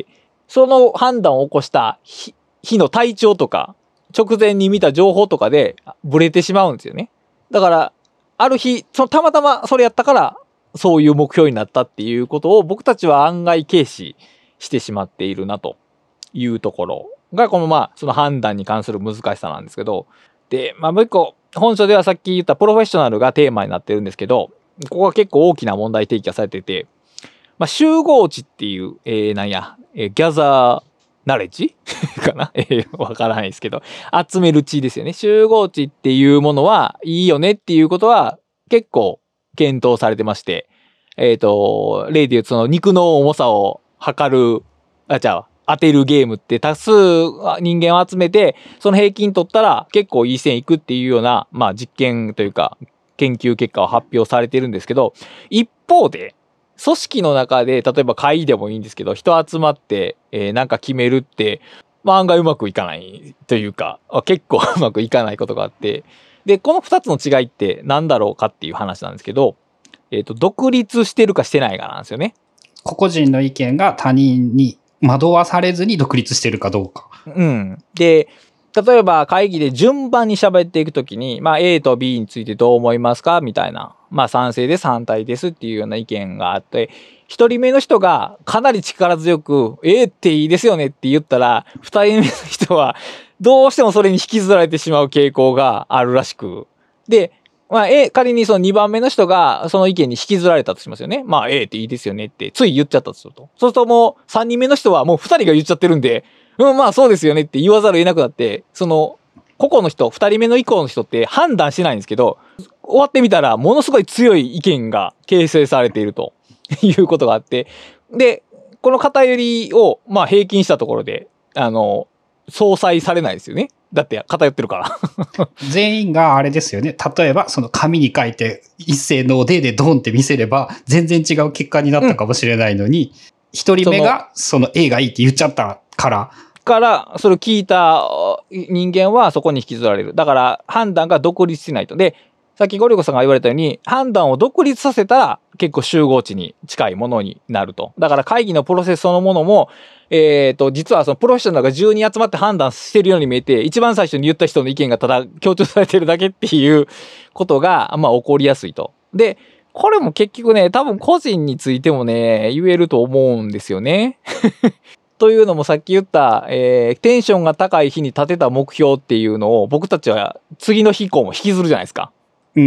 その判断を起こした日の体調とか、直前に見た情報とかでブレてしまうんですよね。だから、ある日、たまたまそれやったから、そういう目標になったっていうことを僕たちは案外軽視してしまっているなというところが、このその判断に関する難しさなんですけど、で、もう一個、本書ではさっき言ったプロフェッショナルがテーマになってるんですけど、ここは結構大きな問題提起がされてて、集合値っていう、ギャザーナレッジかなわからないですけど、集める値ですよね。集合値っていうものはいいよねっていうことは結構検討されてまして、例で言うとその肉の重さを測る、当てるゲームって多数人間を集めて、その平均取ったら結構いい線いくっていうような、実験というか研究結果を発表されてるんですけど、一方で、組織の中で、例えば会議でもいいんですけど、人集まって、なんか決めるって、案外うまくいかないというか、結構うまくいかないことがあって、で、この2つの違いって何だろうかっていう話なんですけど、独立してるかしてないかなんですよね。 個々人の意見が他人に惑わされずに独立してるかどうか。 うん。で、例えば会議で順番に喋っていくときに、A と B についてどう思いますかみたいな。賛成です、反対ですっていうような意見があって、一人目の人がかなり力強く、A っていいですよねって言ったら、二人目の人はどうしてもそれに引きずられてしまう傾向があるらしく。で、仮にその2番目の人がその意見に引きずられたとしますよね。A っていいですよねってつい言っちゃったとすると。そうするともう3人目の人はもう2人が言っちゃってるんで、そうですよねって言わざるを得なくなって、その個々の人、2人目の以降の人って判断しないんですけど、終わってみたらものすごい強い意見が形成されているということがあって、で、この偏りを平均したところで、相殺されないですよね。だって偏ってるから全員があれですよね。例えばその紙に書いて一斉のでドンって見せれば全然違う結果になったかもしれないのに、一人目がその A がいいって言っちゃったからそれを聞いた人間はそこに引きずられる。だから判断が独立しないと。で、さっきゴリゴさんが言われたように、判断を独立させたら結構集合値に近いものになると。だから会議のプロセスそのものも、実はそのプロフェッショナルが10人集まって判断してるように見えて、一番最初に言った人の意見がただ強調されてるだけっていうことが、起こりやすいと。で、これも結局ね、多分個人についてもね、言えると思うんですよね。というのもさっき言った、テンションが高い日に立てた目標っていうのを僕たちは次の日以降も引きずるじゃないですか。 うん。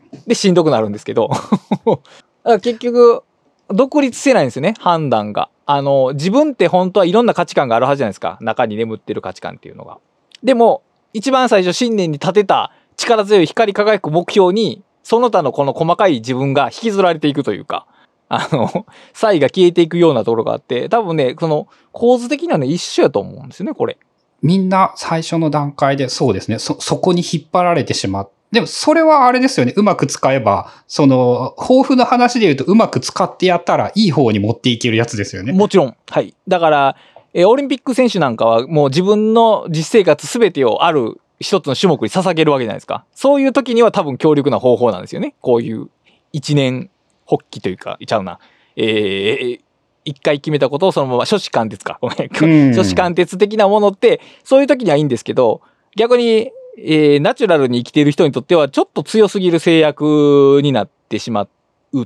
で、しんどくなるんですけど。だから結局、独立してないんですよね、判断が。自分って本当はいろんな価値観があるはずじゃないですか。中に眠ってる価値観っていうのが。でも、一番最初信念に立てた力強い光り輝く目標に、その他のこの細かい自分が引きずられていくというか、差異が消えていくようなところがあって、多分ね、その構図的にはね、一緒やと思うんですよね、これ。 みんな最初の段階でそうですね。そこに引っ張られてしまって、でもそれはあれですよね。うまく使えば、その抱負の話で言うとうまく使ってやったらいい方に持っていけるやつですよね。 もちろん。はい。だから、オリンピック選手なんかはもう自分の実生活すべてをある一つの種目に捧げるわけじゃないですか。そういう時には多分強力な方法なんですよね。こういう一年発起というか、ちゃうな。一回決めたことをそのまま初志貫徹か。ごめん。初志貫徹的なものって、そういう時にはいいんですけど、逆に、ナチュラルに生きている人にとってはちょっと強すぎる制約になってしまうと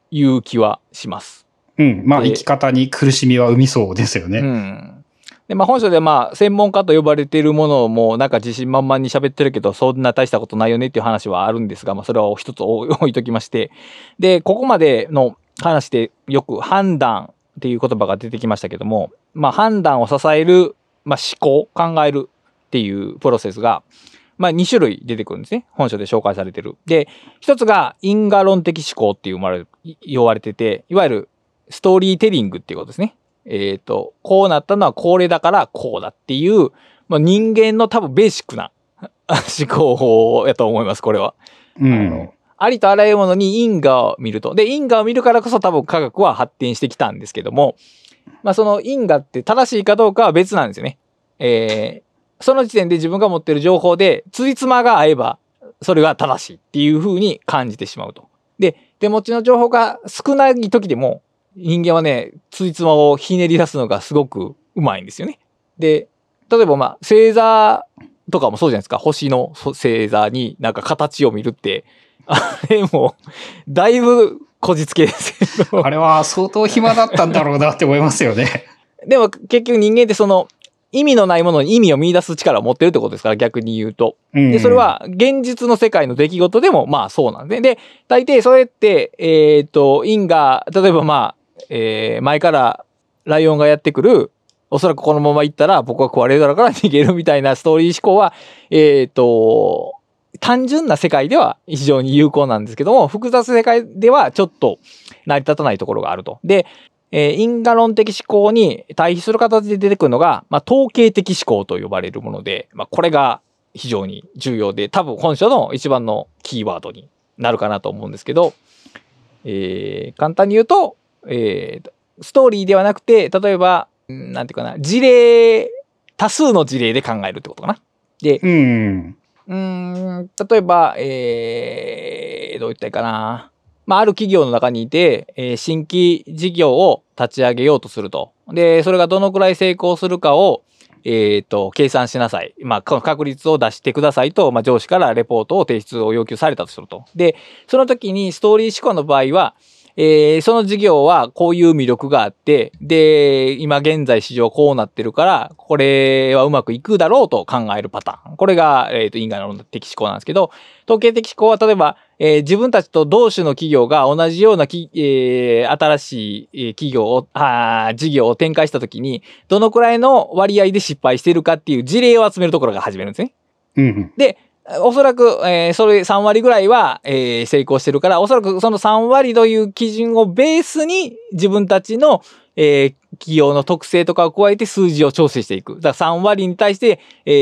いう気はします。 うん。まあ、生き方に苦しみは生みそうですよね。 うん。で、まあ、本書でまあ、専門家と呼ばれているものも、なんか自信満々に喋ってるけど、そんな大したことないよねっていう話はあるんですが、まあ、それは一つ置いときまして。で、ここまでの話でよく判断っていう言葉が出てきましたけども、まあ、判断を支える、まあ、思考、考えるっていうプロセスが、まあ、2種類出てくるんですね。本書で紹介されてる。で、一つが因果論的思考って言われてて、いわゆるストーリーテリングっていうことですね。こうなったのはこれだからこうだっていう、まあ、人間の多分ベーシックな思考法やと思います、これは。 うん。 ありとあらゆるものに因果を見ると。で、因果を見るからこそ多分科学は発展してきたんですけども、まあ、その因果って正しいかどうかは別なんですよね。その時点で自分が持っている情報で、辻褄が合えば、それが正しいっていう風に感じてしまうと。で、手持ちの情報が少ない時でも、人間はね、辻褄をひねり出すのがすごくうまいんですよね。で、例えばまあ、星座とかもそうじゃないですか。星の星座になんか形を見るって、あれも、だいぶこじつけですけど。 あれは相当暇だったんだろうなって思いますよね。 でも結局人間ってその、意味のないものに意味を見出す力を持ってるってことですから、逆に言うと。で、それは現実の世界の出来事でもまあそうなんで。で、大抵それって、因果、例えばまあ、前からライオンがやってくる、おそらくこのまま行ったら僕は壊れるだろうから逃げるみたいなストーリー思考は、単純な世界では非常に有効なんですけども、複雑世界ではちょっと成り立たないところがあると。で、因果論的思考に対比する形で出てくるのが、まあ、統計的思考と呼ばれるもので、まあ、これが非常に重要で、多分本書の一番のキーワードになるかなと思うんですけど、簡単に言うと、ストーリーではなくて、例えば、なんていうかな、多数の事例で考えるってことかな。で、例えば、どう言ったらいいかな。まあ、ある企業の中にいて、新規事業を立ち上げようとすると。で、それがどのくらい成功するかを、計算しなさい。まあ、確率を出してくださいと、まあ、上司からレポートを提出を要求されたとすると。で、その時にストーリー思考の場合は、その事業はこういう魅力があって、で、今現在市場こうなってるから、これはうまくいくだろうと考えるパターン。これが、因果論的思考なんですけど、統計的思考は例えば、自分たちと同種の企業が同じような新しい企業を、事業を展開したときに、どのくらいの割合で失敗しているかっていう事例を集めるところが始めるんですね。で、おそらく、それ3割ぐらいは、成功してるから、おそらくその3割という基準をベースに自分たちの、企業の特性とかを加えて数字を調整していく。だから3割に対して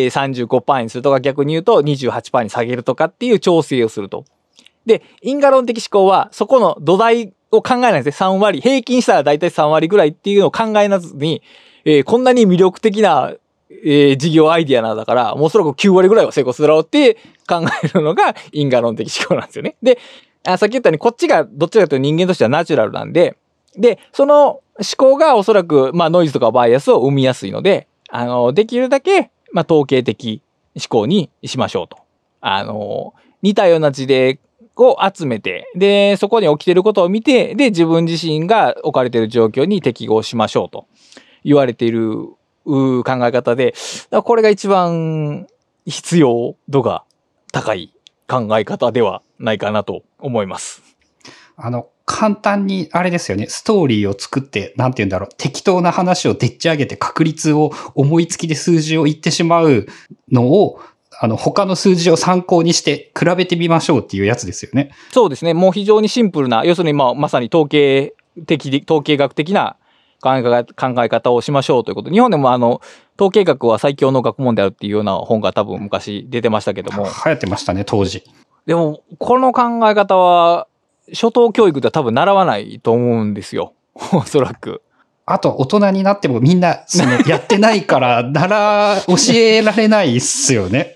、35% にするとか、逆に言うと 28% に下げるとかっていう調整をすると。で、因果論的思考はそこの土台を考えないんですね。3割。平均したらだいたい3割ぐらいっていうのを考えなずに、こんなに魅力的な事業アイディアなんだから、もうおそらく9割ぐらいは成功するだろうって考えるのが因果論的思考なんですよね。で、さっき言ったようにこっちがどっちかというと人間としてはナチュラルなんで、で、その思考がおそらく、まあノイズとかバイアスを生みやすいので、できるだけ、まあ統計的思考にしましょうと。似たような事例を集めて、で、そこに起きていることを見て、で、自分自身が置かれている状況に適合しましょうと言われている考え方で、これが一番必要度が高い考え方ではないかなと思います。 簡単に、あれですよね、ストーリーを作って、なんて言うんだろう、適当な話をでっち上げて確率を思いつきで数字を言ってしまうのを、他の数字を参考にして比べてみましょうっていうやつですよね。 そうですね。もう非常にシンプルな、要するにまさに統計学的な考え方をしましょうということで、日本でも統計学は最強の学問であるっていうような本が多分昔出てましたけども。 流行ってましたね、当時。 でも、この考え方は、初等教育では多分習わないと思うんですよ。おそらく。 あと、大人になってもみんな、やってないから、教えられないっすよね。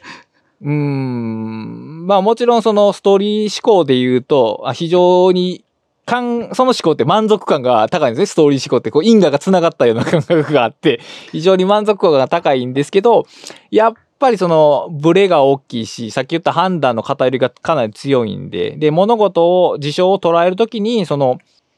まあもちろんそのストーリー思考で言うと、非常にその思考って満足感が高いんですね。ストーリー思考って因果が繋がったような感覚があって、非常に満足感が高いんですけど、やっぱりそのブレが大きいし、さっき言った判断の偏りがかなり強いんで、物事を、事象を捉えるときに、その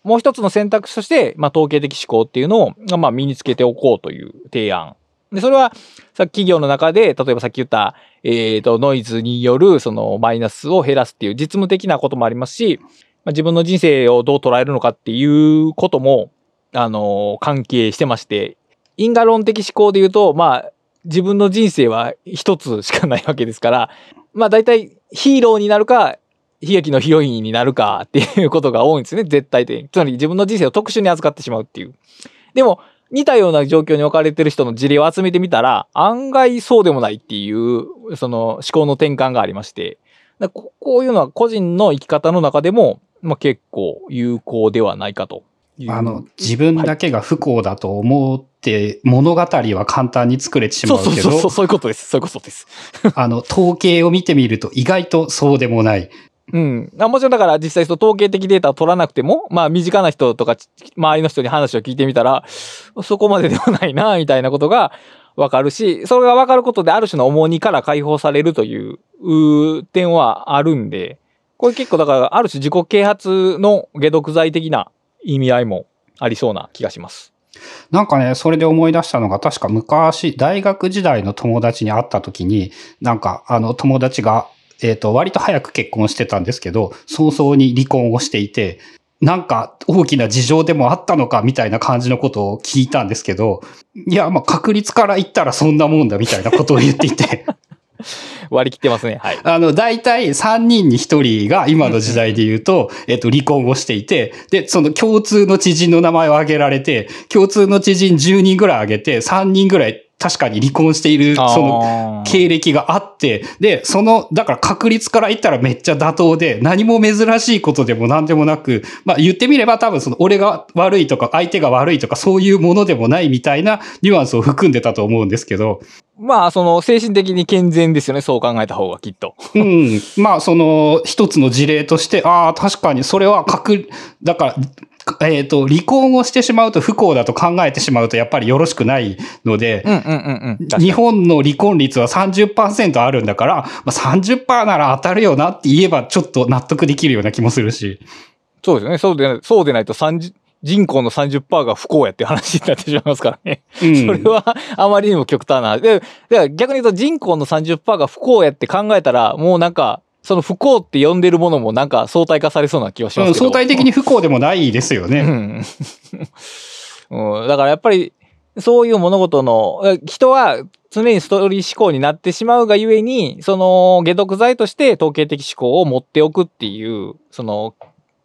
もう一つの選択肢として、統計的思考っていうのを、身につけておこうという提案。で、それは、企業の中で、例えばさっき言った、ノイズによる、マイナスを減らすっていう実務的なこともありますし、自分の人生をどう捉えるのかっていうことも、関係してまして、因果論的思考で言うと、自分の人生は一つしかないわけですから、大体ヒーローになるか、悲劇のヒロインになるかっていうことが多いんですね、絶対的に。つまり自分の人生を特殊に扱ってしまうっていう。でも、似たような状況に置かれてる人の事例を集めてみたら、案外そうでもないっていう、思考の転換がありまして、こういうのは個人の生き方の中でも、結構有効ではないかという。 自分だけが不幸だと思って、物語は簡単に作れてしまうけど、 そういうことです。そういうことです。 統計を見てみると意外とそうでもない。 うん。もちろんだから実際統計的データを取らなくても、身近な人とか周りの人に話を聞いてみたら、そこまでではないな、みたいなことがわかるし、それがわかることである種の重荷から解放されるという点はあるんで、これ結構だからある種自己啓発の解毒剤的な意味合いもありそうな気がします。 なんかね、それで思い出したのが、確か昔、大学時代の友達に会った時に、なんか、友達が、割と早く結婚してたんですけど、早々に離婚をしていて、なんか大きな事情でもあったのかみたいな感じのことを聞いたんですけど、いや、確率から言ったらそんなもんだみたいなことを言っていて。 割り切ってますね。はい。 大体3人に1人が今の時代で言うと、離婚をしていて、で、その共通の知人の名前を挙げられて、共通の知人10人ぐらい挙げて、3人ぐらい確かに離婚している、その経歴があって、で、だから確率から言ったらめっちゃ妥当で、何も珍しいことでも何でもなく、言ってみれば多分俺が悪いとか相手が悪いとかそういうものでもないみたいなニュアンスを含んでたと思うんですけど。 精神的に健全ですよね、そう考えた方がきっと。 うん。一つの事例として、確かにそれはだから、離婚をしてしまうと不幸だと考えてしまうとやっぱりよろしくないので、日本の離婚率は 30% あるんだから、30% なら当たるよなって言えばちょっと納得できるような気もするし。 そうですね。そうでないと人口の 30% が不幸やっていう話になってしまいますからね。それはあまりにも極端な。で、逆に言うと人口の 30% が不幸やって考えたら、もうなんか、その不幸って呼んでるものもなんか相対化されそうな気がしますけど。 相対的に不幸でもないですよね。 だからやっぱりそういう物事の人は常にストーリー思考になってしまうがゆえに、解毒剤として統計的思考を持っておくっていう、そう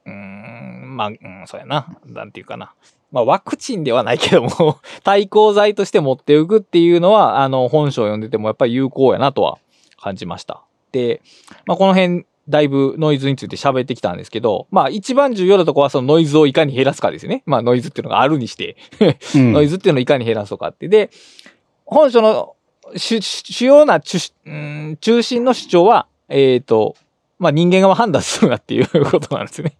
やな。なんていうかな。ワクチンではないけども対抗剤として持っておくっていうのは、本書を読んでてもやっぱり有効やなとは感じました。で、この辺、だいぶノイズについて喋ってきたんですけど、一番重要なところはそのノイズをいかに減らすかですよね。ノイズっていうのがあるにしてノイズっていうのをいかに減らすかって。で、本書の主要な中心の主張は、人間が判断するなっていうことなんですよね。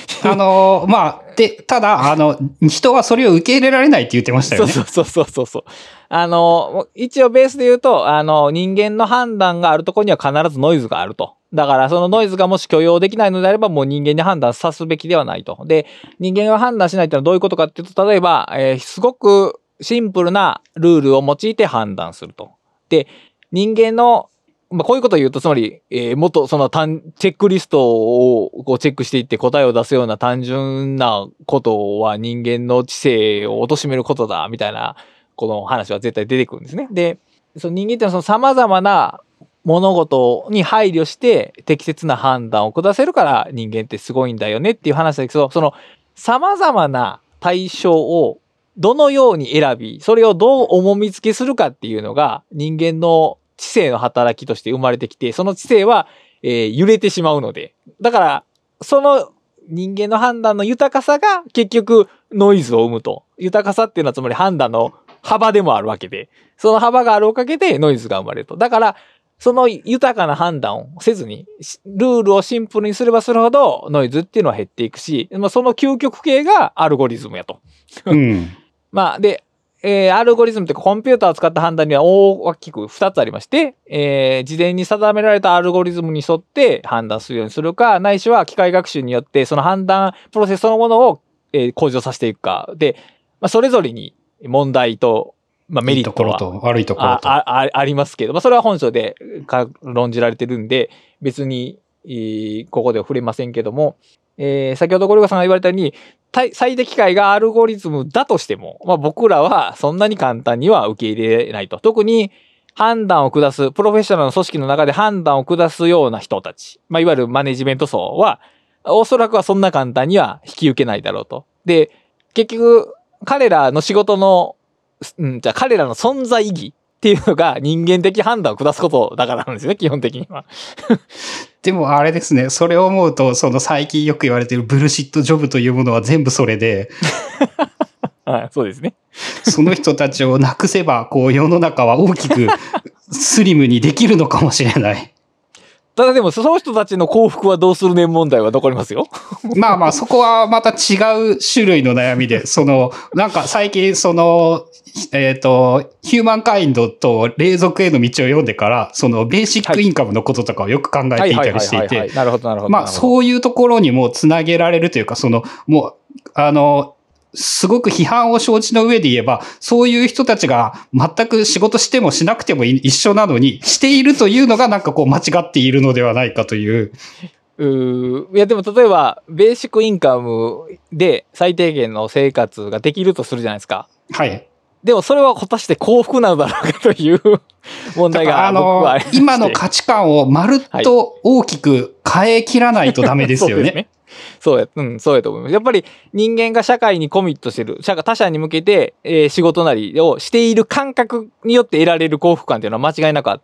ただ、人はそれを受け入れられないって言ってましたよね。 そう。一応ベースで言うと、人間の判断があるところには必ずノイズがあると。だからそのノイズがもし許容できないのであればもう人間に判断さすべきではないと。で、人間が判断しないってのはどういうことかっていうと、例えば、すごくシンプルなルールを用いて判断すると。で、人間のこういうことを言うと、つまり、もっとそのチェックリストをこうチェックしていって答えを出すような単純なことは人間の知性を貶めることだ、みたいな、この話は絶対出てくるんですね。で、その人間っていうのは様々な物事に配慮して適切な判断を下せるから人間ってすごいんだよねっていう話だけど、その様々な対象をどのように選び、それをどう重み付けするかっていうのが人間の知性の働きとして生まれてきて、その知性は、揺れてしまうので。だから、その人間の判断の豊かさが結局ノイズを生むと。豊かさっていうのはつまり判断の幅でもあるわけで、その幅があるおかげでノイズが生まれると。だから、その豊かな判断をせずに、ルールをシンプルにすればするほどノイズっていうのは減っていくし、その究極系がアルゴリズムやと。で、アルゴリズムってコンピューターを使った判断には大きく2つありまして、事前に定められたアルゴリズムに沿って判断するようにするか、ないしは機械学習によってその判断プロセスそのものを、 向上させていくか。で、まあ、それぞれに問題と、まあ、メリットはいいところと悪いところと。 ありますけど、まあ、それは本書で論じられてるんで、別に、ここでは触れませんけども、先ほどゴリゴさんが言われたように、最適解がアルゴリズムだとしても、まあ、僕らはそんなに簡単には受け入れないと。特に判断を下す、プロフェッショナルの組織の中で判断を下すような人たち、まあ、いわゆるマネジメント層は、おそらくはそんな簡単には引き受けないだろうと。で、結局、彼らの仕事の、じゃあ彼らの存在意義っていうのが人間的判断を下すことだからなんですよね、基本的には。 でもあれですね、それを思うと、その最近よく言われているブルシットジョブというものは全部それで、 はい、そうですね。 その人たちをなくせば、こう世の中は大きくスリムにできるのかもしれない。 ただでも、その人たちの幸福はどうするねん問題は残りますよ。 まあまあ、そこはまた違う種類の悩みで、なんか最近ヒューマンカインドと霊俗への道を読んでから、ベーシックインカムのこととかをよく考えていたりしていて、 なるほど、なるほど。 まあ、そういうところにもつなげられるというか、もう、すごく批判を承知の上で言えば、そういう人たちが全く仕事してもしなくても一緒なのに、しているというのがなんかこう間違っているのではないかという。 いやでも例えば、ベーシックインカムで最低限の生活ができるとするじゃないですか。 はい。 でもそれは果たして幸福なのだろうかという問題が僕はありまして。 今の価値観をまるっと大きく変え切らないとダメですよね。 そうやと思います。やっぱり人間が社会にコミットしてる、他者に向けて、仕事なりをしている感覚によって得られる幸福感っていうのは間違いなくあって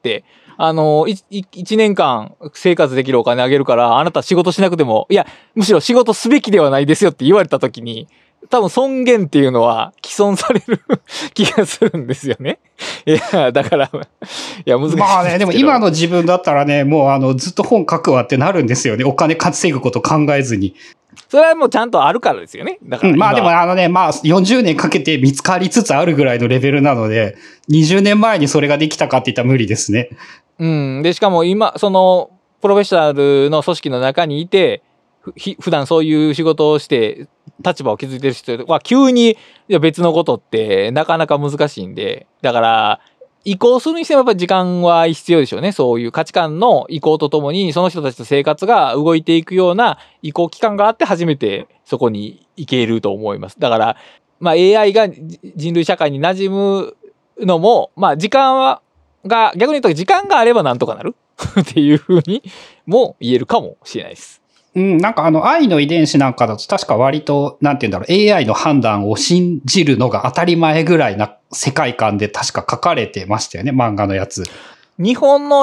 、1年間生活できるお金あげるから、あなた仕事しなくても、いや、むしろ仕事すべきではないですよって言われたときに、多分尊厳っていうのは既存される気がするんですよね。いや、だから、いや、難しい。 まあね、でも今の自分だったらね、もうずっと本書くわってなるんですよね。お金稼ぐこと考えずに。 それはもうちゃんとあるからですよね。だから、 まあでもまあ40年かけて見つかりつつあるぐらいのレベルなので、20年前にそれができたかって言ったら無理ですね。 で、しかも今、プロフェッショナルの組織の中にいて、普段そういう仕事をして立場を築いてる人は急に別のことってなかなか難しいんで、だから移行するにしてもやっぱり時間は必要でしょうね。そういう価値観の移行とともにその人たちの生活が動いていくような移行期間があって初めてそこに行けると思います。だからまあ AI が人類社会に馴染むのもまあ逆に言うと時間があればなんとかなるっていうふうにも言えるかもしれないです。 なんか愛の遺伝子なんかだと確か割と、なんて言うんだろう、AI の判断を信じるのが当たり前ぐらいな世界観で確か書かれてましたよね、漫画のやつ。 日本の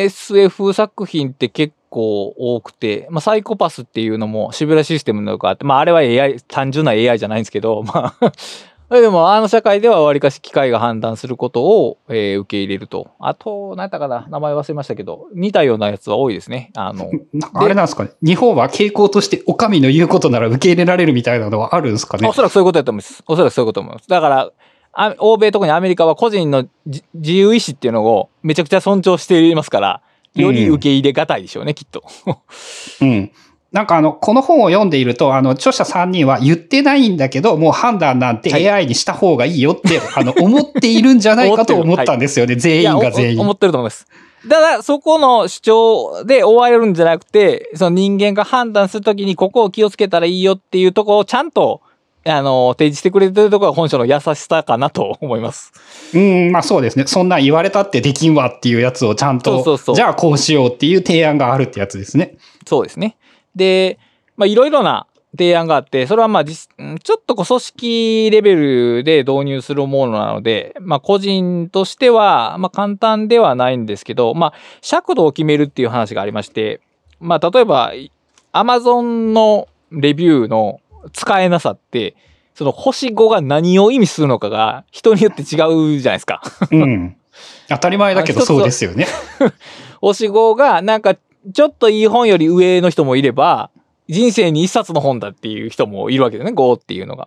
SF 作品って結構多くて、まあサイコパスっていうのもシビュラシステムのがあって、まああれは AI、単純な AI じゃないんですけど、まあでも社会ではわりかし機械が判断することを、受け入れると。あと、何やったかな名前忘れましたけど、似たようなやつは多いですね。 なんかあれなんですかね。日本は傾向としてお上の言うことなら受け入れられるみたいなのはあるんですかね。 おそらくそういうことだと思います。おそらくそういうことだと思います。だから、欧米特にアメリカは個人の自由意志っていうのをめちゃくちゃ尊重していますから、より受け入れがたいでしょうね、きっと。 なんかこの本を読んでいると、著者3人は言ってないんだけど、もう判断なんて AI にした方がいいよって、思っているんじゃないかと思ったんですよね、全員が全員。 思ってると思います。ただ、そこの主張で終われるんじゃなくて、その人間が判断するときにここを気をつけたらいいよっていうところをちゃんと、提示してくれてるところが本書の優しさかなと思います。 まあそうですね。そんなん言われたってできんわっていうやつをちゃんと、じゃあこうしようっていう提案があるってやつですね。 そうですね。で、まあいろいろな提案があって、それはまあちょっと組織レベルで導入するものなので、まあ個人としては、まあ簡単ではないんですけど、まあ尺度を決めるっていう話がありまして、まあ例えば Amazon のレビューの使えなさって、その星5が何を意味するのかが人によって違うじゃないですか。 当たり前だけどそうですよね。 星5がなんかちょっといい本より上の人もいれば、人生に一冊の本だっていう人もいるわけですね、5っていうのが。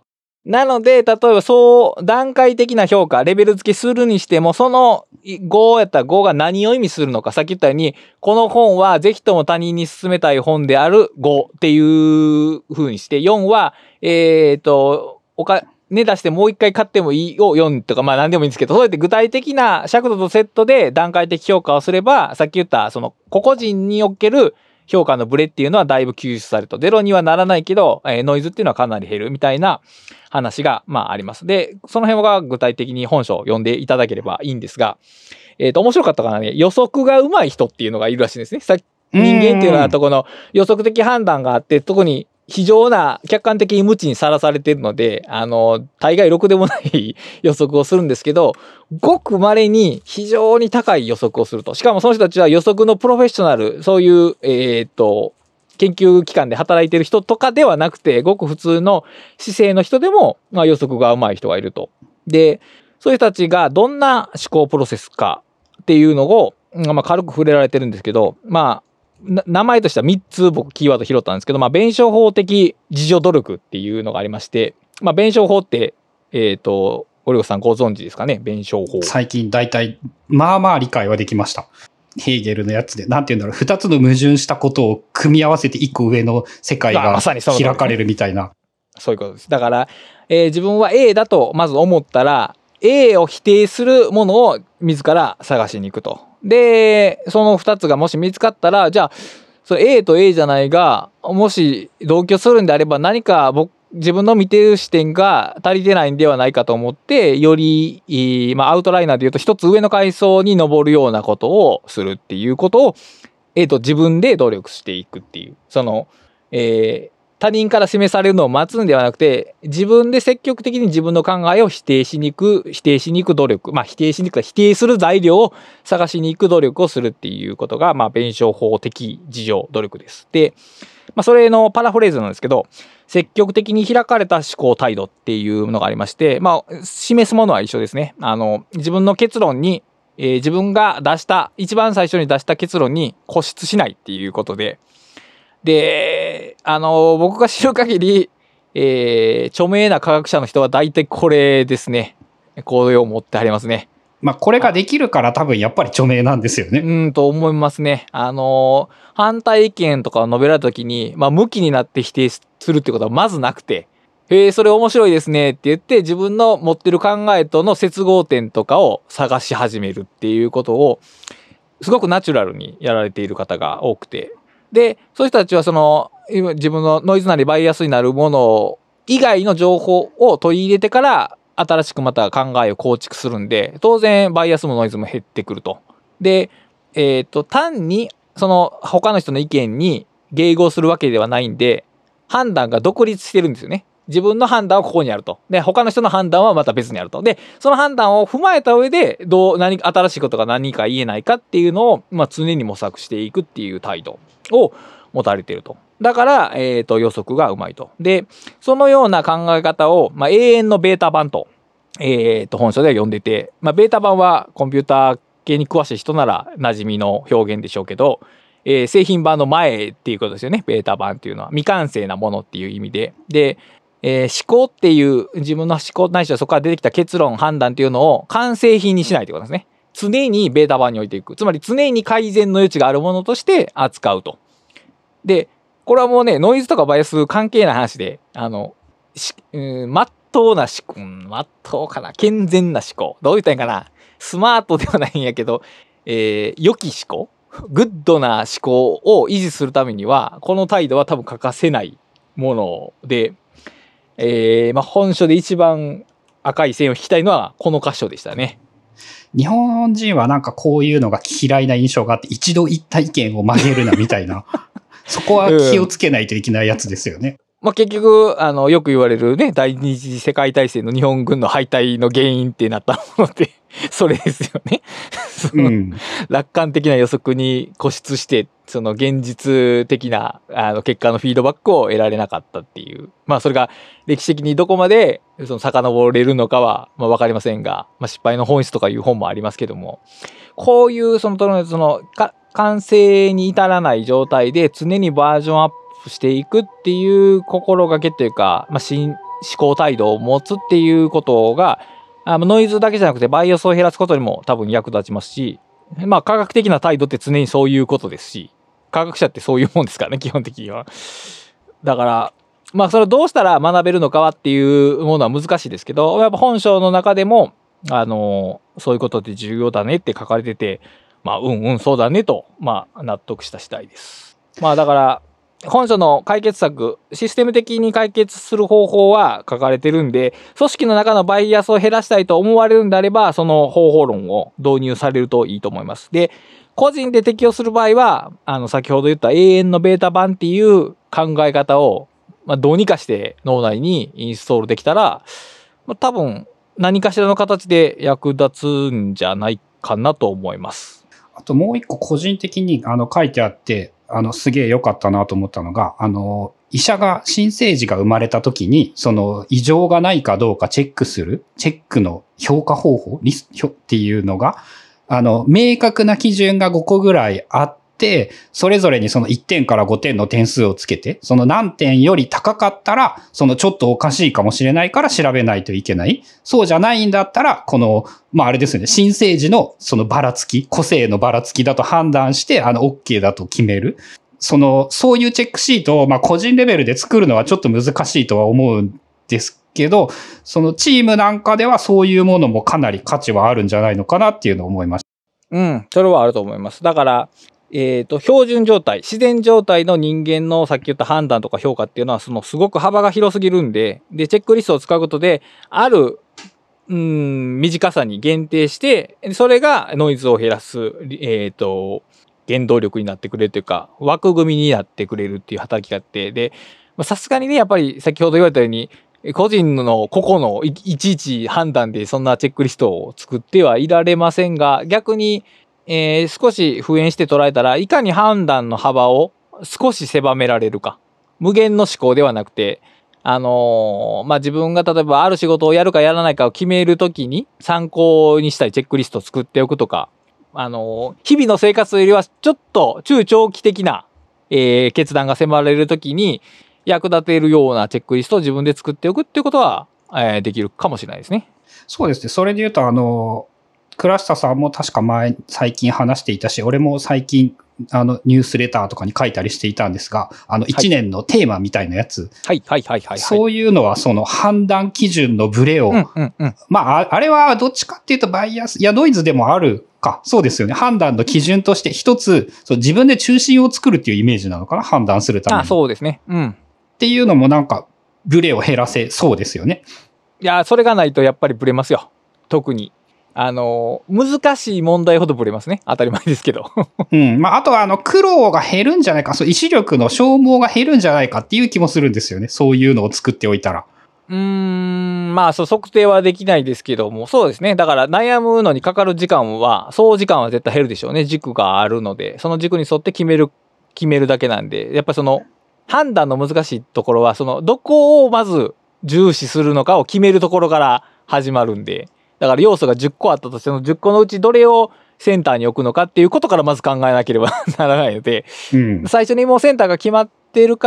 なので、例えばそう段階的な評価、レベル付けするにしても、その5やったら5が何を意味するのか、さっき言ったように、この本はぜひとも他人に勧めたい本である5っていう風にして、4は、お金出してもう一回買ってもいいを4とか、まあ何でもいいんですけど、そうやって具体的な尺度とセットで段階的評価をすれば、さっき言ったその個々人における評価のブレっていうのはだいぶ吸収されると。ゼロにはならないけど、ノイズっていうのはかなり減るみたいな話が、まああります。で、その辺は具体的に本書を読んでいただければいいんですが、面白かったかなね、予測が上手い人っていうのがいるらしいんですね。人間っていうのはこの予測的判断があって、特に非常な客観的に無知にさらされているので、大概ろくでもない予測をするんですけど、ごく稀に非常に高い予測をすると。しかもその人たちは予測のプロフェッショナル、そういう、研究機関で働いてる人とかではなくて、ごく普通の市政の人でも、まあ、予測が上手い人がいると。で、そういう人たちがどんな思考プロセスかっていうのを、まあ、軽く触れられてるんですけど、まあ、名前としては3つ僕キーワード拾ったんですけど、まあ、弁証法的自助努力っていうのがありまして、まあ、弁証法って、オリゴさんご存知ですかね、弁証法。 最近大体、まあまあ理解はできました。ヘーゲルのやつで、なんて言うんだろう、2つの矛盾したことを組み合わせて1個上の世界が開かれるみたいな。 そういうことです。だから、自分は A だとまず思ったら、A を否定するものを自ら探しに行くと。で、その2つがもし見つかったら、じゃあ、それ A と A じゃないが、もし同居するんであれば何か自分の見てる視点が足りてないんではないかと思って、より、まあ、アウトライナーで言うと一つ上の階層に登るようなことをするっていうことを、自分で努力していくっていう、その、他人から示されるのを待つんではなくて、自分で積極的に自分の考えを否定しに行く努力、まあ否定する材料を探しに行く努力をするっていうことが、まあ弁証法的自助努力です。で、まあそれのパラフレーズなんですけど、積極的に開かれた思考態度っていうのがありまして、まあ示すものは一緒ですね。自分の結論に、自分が一番最初に出した結論に固執しないっていうことで、で、僕が知る限り、著名な科学者の人は大体これですね。これを持ってありますね。 まあ、これができるから多分やっぱり著名なんですよね。 と思いますね。反対意見とかを述べられた時に、まあ、向きになって否定するってことはまずなくて、それ面白いですねって言って、自分の持ってる考えとの接合点とかを探し始めるっていうことを、すごくナチュラルにやられている方が多くて、で、そういう人たちはその自分のノイズなりバイアスになるもの以外の情報を取り入れてから新しくまた考えを構築するんで、当然バイアスもノイズも減ってくると。で、単にその他の人の意見に迎合するわけではないんで、判断が独立してるんですよね。自分の判断はここにあると。で、他の人の判断はまた別にあると。で、その判断を踏まえた上で、何か新しいことが何か言えないかっていうのを、まあ、常に模索していくっていう態度を持たれていると。だから、予測がうまいと。で、そのような考え方を、まあ、永遠のベータ版と、本書では読んでて、まあ、ベータ版はコンピューター系に詳しい人なら馴染みの表現でしょうけど、製品版の前っていうことですよね。ベータ版っていうのは未完成なものっていう意味で。で、思考っていう自分の思考ないしはそこから出てきた結論判断っていうのを完成品にしないということですね。常にベータ版に置いていく。つまり常に改善の余地があるものとして扱うと。で、これはもうね、ノイズとかバイアス関係ない話で、まっとうな思考、まっとうかな、健全な思考。どう言ったらいいかな。スマートではないんやけど、良き思考、グッドな思考を維持するためには、この態度は多分欠かせないもので、まあ、本書で一番赤い線を引きたいのはこの箇所でしたね。 日本人はなんかこういうのが嫌いな印象があって、一度言った意見を曲げるなみたいな。そこは気をつけないといけないやつですよね。 まあ、結局よく言われるね、第二次世界大戦の日本軍の敗退の原因ってなったものってそれですよね。楽観的な予測に固執してその現実的な結果のフィードバックを得られなかったっていう、まあそれが歴史的にどこまでその遡れるのかはまあ分かりませんが、まあ、失敗の本質とかいう本もありますけども、こういうその完成に至らない状態で常にバージョンアップしていくっていう心がけというか、まあ、 考態度を持つっていうことが、ノイズだけじゃなくてバイアスを減らすことにも多分役立ちますし、まあ科学的な態度って常にそういうことですし、科学者ってそういうもんですからね、基本的には。だから、まあそれをどうしたら学べるのかはっていうものは難しいですけど、やっぱ本書の中でも、そういうことって重要だねって書かれてて、まあそうだねと、まあ納得した次第です。まあだから、本書の解決策、システム的に解決する方法は書かれてるんで、組織の中のバイアスを減らしたいと思われるんであれば、その方法論を導入されるといいと思います。で、個人で適用する場合は、先ほど言った永遠のベータ版っていう考え方を、まあ、どうにかして脳内にインストールできたら、まあ、多分何かしらの形で役立つんじゃないかなと思います。 あともう一個個人的に書いてあって、すげえ良かったなと思ったのが、医者が新生児が生まれた時に、その異常がないかどうかチェックする、チェックの評価方法、っていうのが、明確な基準が5個ぐらいあって、それぞれにその1点から5点の点数をつけて、その何点より高かったら、そのちょっとおかしいかもしれないから調べないといけない。そうじゃないんだったら、まああれですよね、新生児のそのばらつき、個性のばらつきだと判断して、OK だと決める。そういうチェックシートを、まあ個人レベルで作るのはちょっと難しいとは思うんですけど、そのチームなんかではそういうものもかなり価値はあるんじゃないのかなっていうのを思いました。 それはあると思います。だから、標準状態、自然状態の人間のさっき言った判断とか評価っていうのは、すごく幅が広すぎるんで、チェックリストを使うことで、ある、短さに限定して、それがノイズを減らす、原動力になってくれるというか、枠組みになってくれるっていう働きがあって、で、さすがにね、やっぱり先ほど言われたように、個人の個々のいちいち判断でそんなチェックリストを作ってはいられませんが、逆に、少し敷衍して捉えたら、いかに判断の幅を少し狭められるか。無限の思考ではなくて、まあ、自分が例えばある仕事をやるかやらないかを決めるときに参考にしたいチェックリストを作っておくとか、日々の生活よりはちょっと中長期的な、決断が迫られるときに役立てるようなチェックリストを自分で作っておくっていうことは、できるかもしれないですね。 そうですね。それで言うと、倉下さんも確か最近話していたし、俺も最近、ニュースレターとかに書いたりしていたんですが、1年のテーマみたいなやつ。そういうのは、その判断基準のブレを、まあ、あれはどっちかっていうとバイアス、いや、ノイズでもあるか。そうですよね。判断の基準として一つ、自分で中心を作るっていうイメージなのかな、判断するために。 そうですね。 っていうのもなんか、ブレを減らせそうですよね。 いや、それがないとやっぱりブレますよ。特に。難しい問題ほどブレますね。当たり前ですけど。 まあ、あとは苦労が減るんじゃないか、意志力の消耗が減るんじゃないかっていう気もするんですよね。そういうのを作っておいたら。 まあ、測定はできないですけども、そうですね。だから悩むのにかかる時間は、総時間は絶対減るでしょうね。軸があるので、その軸に沿って決めるだけなんで、やっぱり判断の難しいところは、どこをまず重視するのかを決めるところから始まるんで、だから要素が10個あったとしても10個のうちどれをセンターに置くのかっていうことからまず考えなければならないので、最初にもうセンターが決まってるから、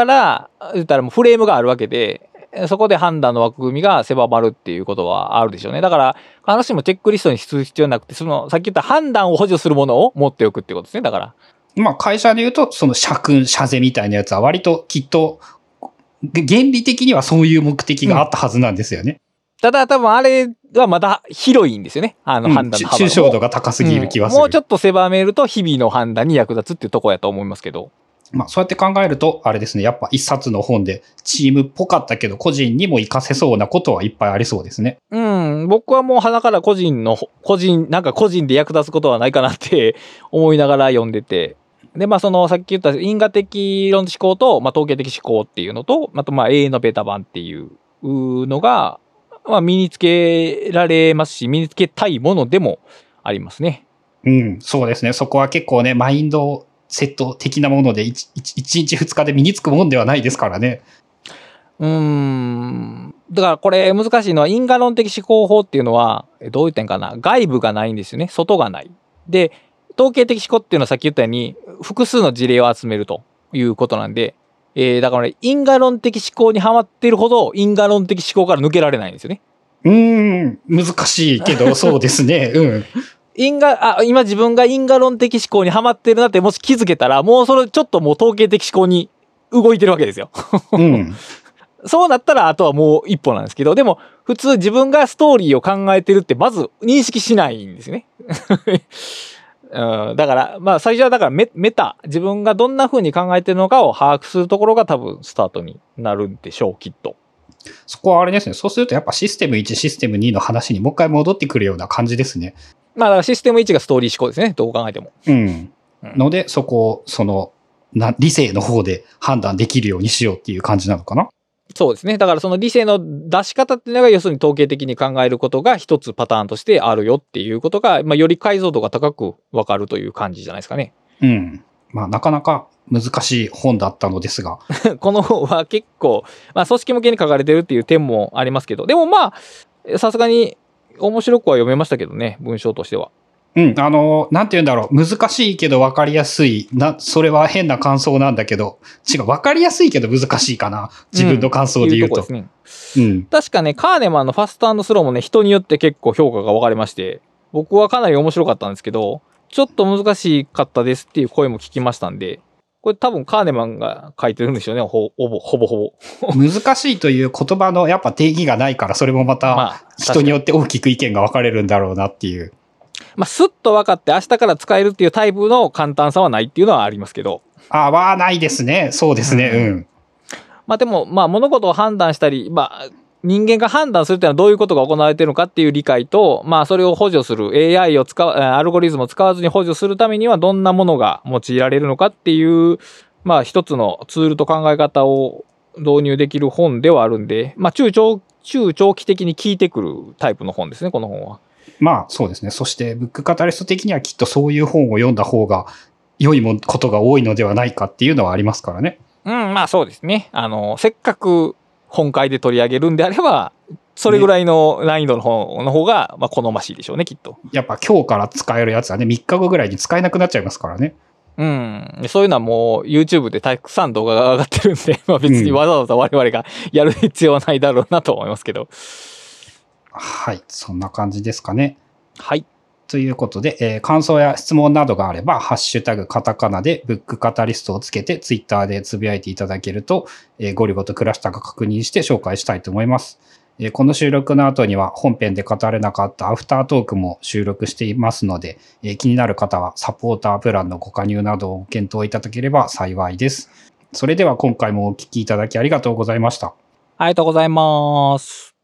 言ったらもうフレームがあるわけで、そこで判断の枠組みが狭まるっていうことはあるでしょうね。だから、必ずしもチェックリストにする必要なくて、さっき言った判断を補助するものを持っておくってことですね。だから。 まあ、会社で言うと、社訓、社是みたいなやつは割ときっと、原理的にはそういう目的があったはずなんですよね。 ただ多分あれはまだ広いんですよね。判断の幅が。 抽象度が高すぎる気はする。 もうちょっと狭めると日々の判断に役立つっていうところやと思いますけど。 まあそうやって考えると、あれですね。やっぱ一冊の本でチームっぽかったけど個人にも活かせそうなことはいっぱいありそうですね。 僕はもう鼻から個人で役立つことはないかなって思いながら読んでて。で、まあさっき言った因果的論思考と、まあ統計的思考っていうのと、あとまあ永遠のベータ版っていうのが、まあ身につけられますし、身につけたいものでもありますね。 そうですね。そこは結構ね、マインドセット的なもので1日2日で身につくもんではないですからね。 だからこれ難しいのは因果論的思考法っていうのは、どういう点かな。外部がないんですよね。外がない。で、統計的思考っていうのはさっき言ったように、複数の事例を集めるということなんで、 だからね、因果論的思考にはまってるほど、因果論的思考から抜けられないんですよね。 難しいけど、そうですね。 今自分が因果論的思考にはまってるなってもし気づけたら、もうそれちょっともう統計的思考に動いてるわけですよ。そうなったらあとはもう一歩なんですけど、でも普通自分がストーリーを考えてるってまず認識しないんですね。だからまあ最初はだからメタ、自分がどんな風に考えてるのかを把握するところが多分スタートになるんでしょう、きっと。 そこはあれですね。そうするとやっぱシステム1、システム2の話にもう一回戻ってくるような感じですね。 まあだからシステム1がストーリー思考ですね。どう考えても。 ので、そこを、理性の方で判断できるようにしようっていう感じなのかな。 そうですね。だからその理性の出し方っていうのが要するに統計的に考えることが一つパターンとしてあるよっていうことが、まあより解像度が高くわかるという感じじゃないですかね。 まあなかなか難しい本だったのですが。 この本は結構、まあ組織向けに書かれてるっていう点もありますけど、でもまあ、さすがに面白くは読めましたけどね、文章としては。 なんて言うんだろう。難しいけど分かりやすい。それは変な感想なんだけど、違う、分かりやすいけど難しいかな。自分の感想で言うと。 確かね、カーネマンのファスト&スローもね、人によって結構評価が分かれまして、僕はかなり面白かったんですけど、ちょっと難しかったですっていう声も聞きましたんで、これ多分カーネマンが書いてるんでしょうね、ほぼ。 難しいという言葉のやっぱ定義がないから、それもまた人によって大きく意見が分かれるんだろうなっていう。 まあ、スッと分かって明日から使えるっていうタイプの簡単さはないっていうのはありますけど。 はないですね。そうですね。 まあでも、まあ物事を判断したり、まあ人間が判断するっていうのはどういうことが行われているのかっていう理解と、まあそれを補助する AI をアルゴリズムを使わずに補助するためにはどんなものが用いられるのかっていう、まあ一つのツールと考え方を導入できる本ではあるんで、まあ中長期的に効いてくるタイプの本ですね、この本は。 まあそうですね。そしてブックカタリスト的にはきっとそういう本を読んだ方が良いことが多いのではないかっていうのはありますからね。 まあそうですね。せっかく本会で取り上げるんであれば、それぐらいの難易度の本の方がまあ好ましいでしょうね、きっと。 やっぱ今日から使えるやつはね、3日後ぐらいに使えなくなっちゃいますからね。 そういうのはもう YouTube でたくさん動画が上がってるんで、まあ別にわざわざ我々がやる必要はないだろうなと思いますけど。 はい、そんな感じですかね。 はい。 ということで、感想や質問などがあれば、ハッシュタグカタカナでブックカタリストをつけて、ツイッターでつぶやいていただけると、ゴリゴとクラシタが確認して紹介したいと思います。この収録の後には本編で語れなかったアフタートークも収録していますので、気になる方はサポータープランのご加入などをご検討いただければ幸いです。それでは今回もお聞きいただきありがとうございました。 ありがとうございます。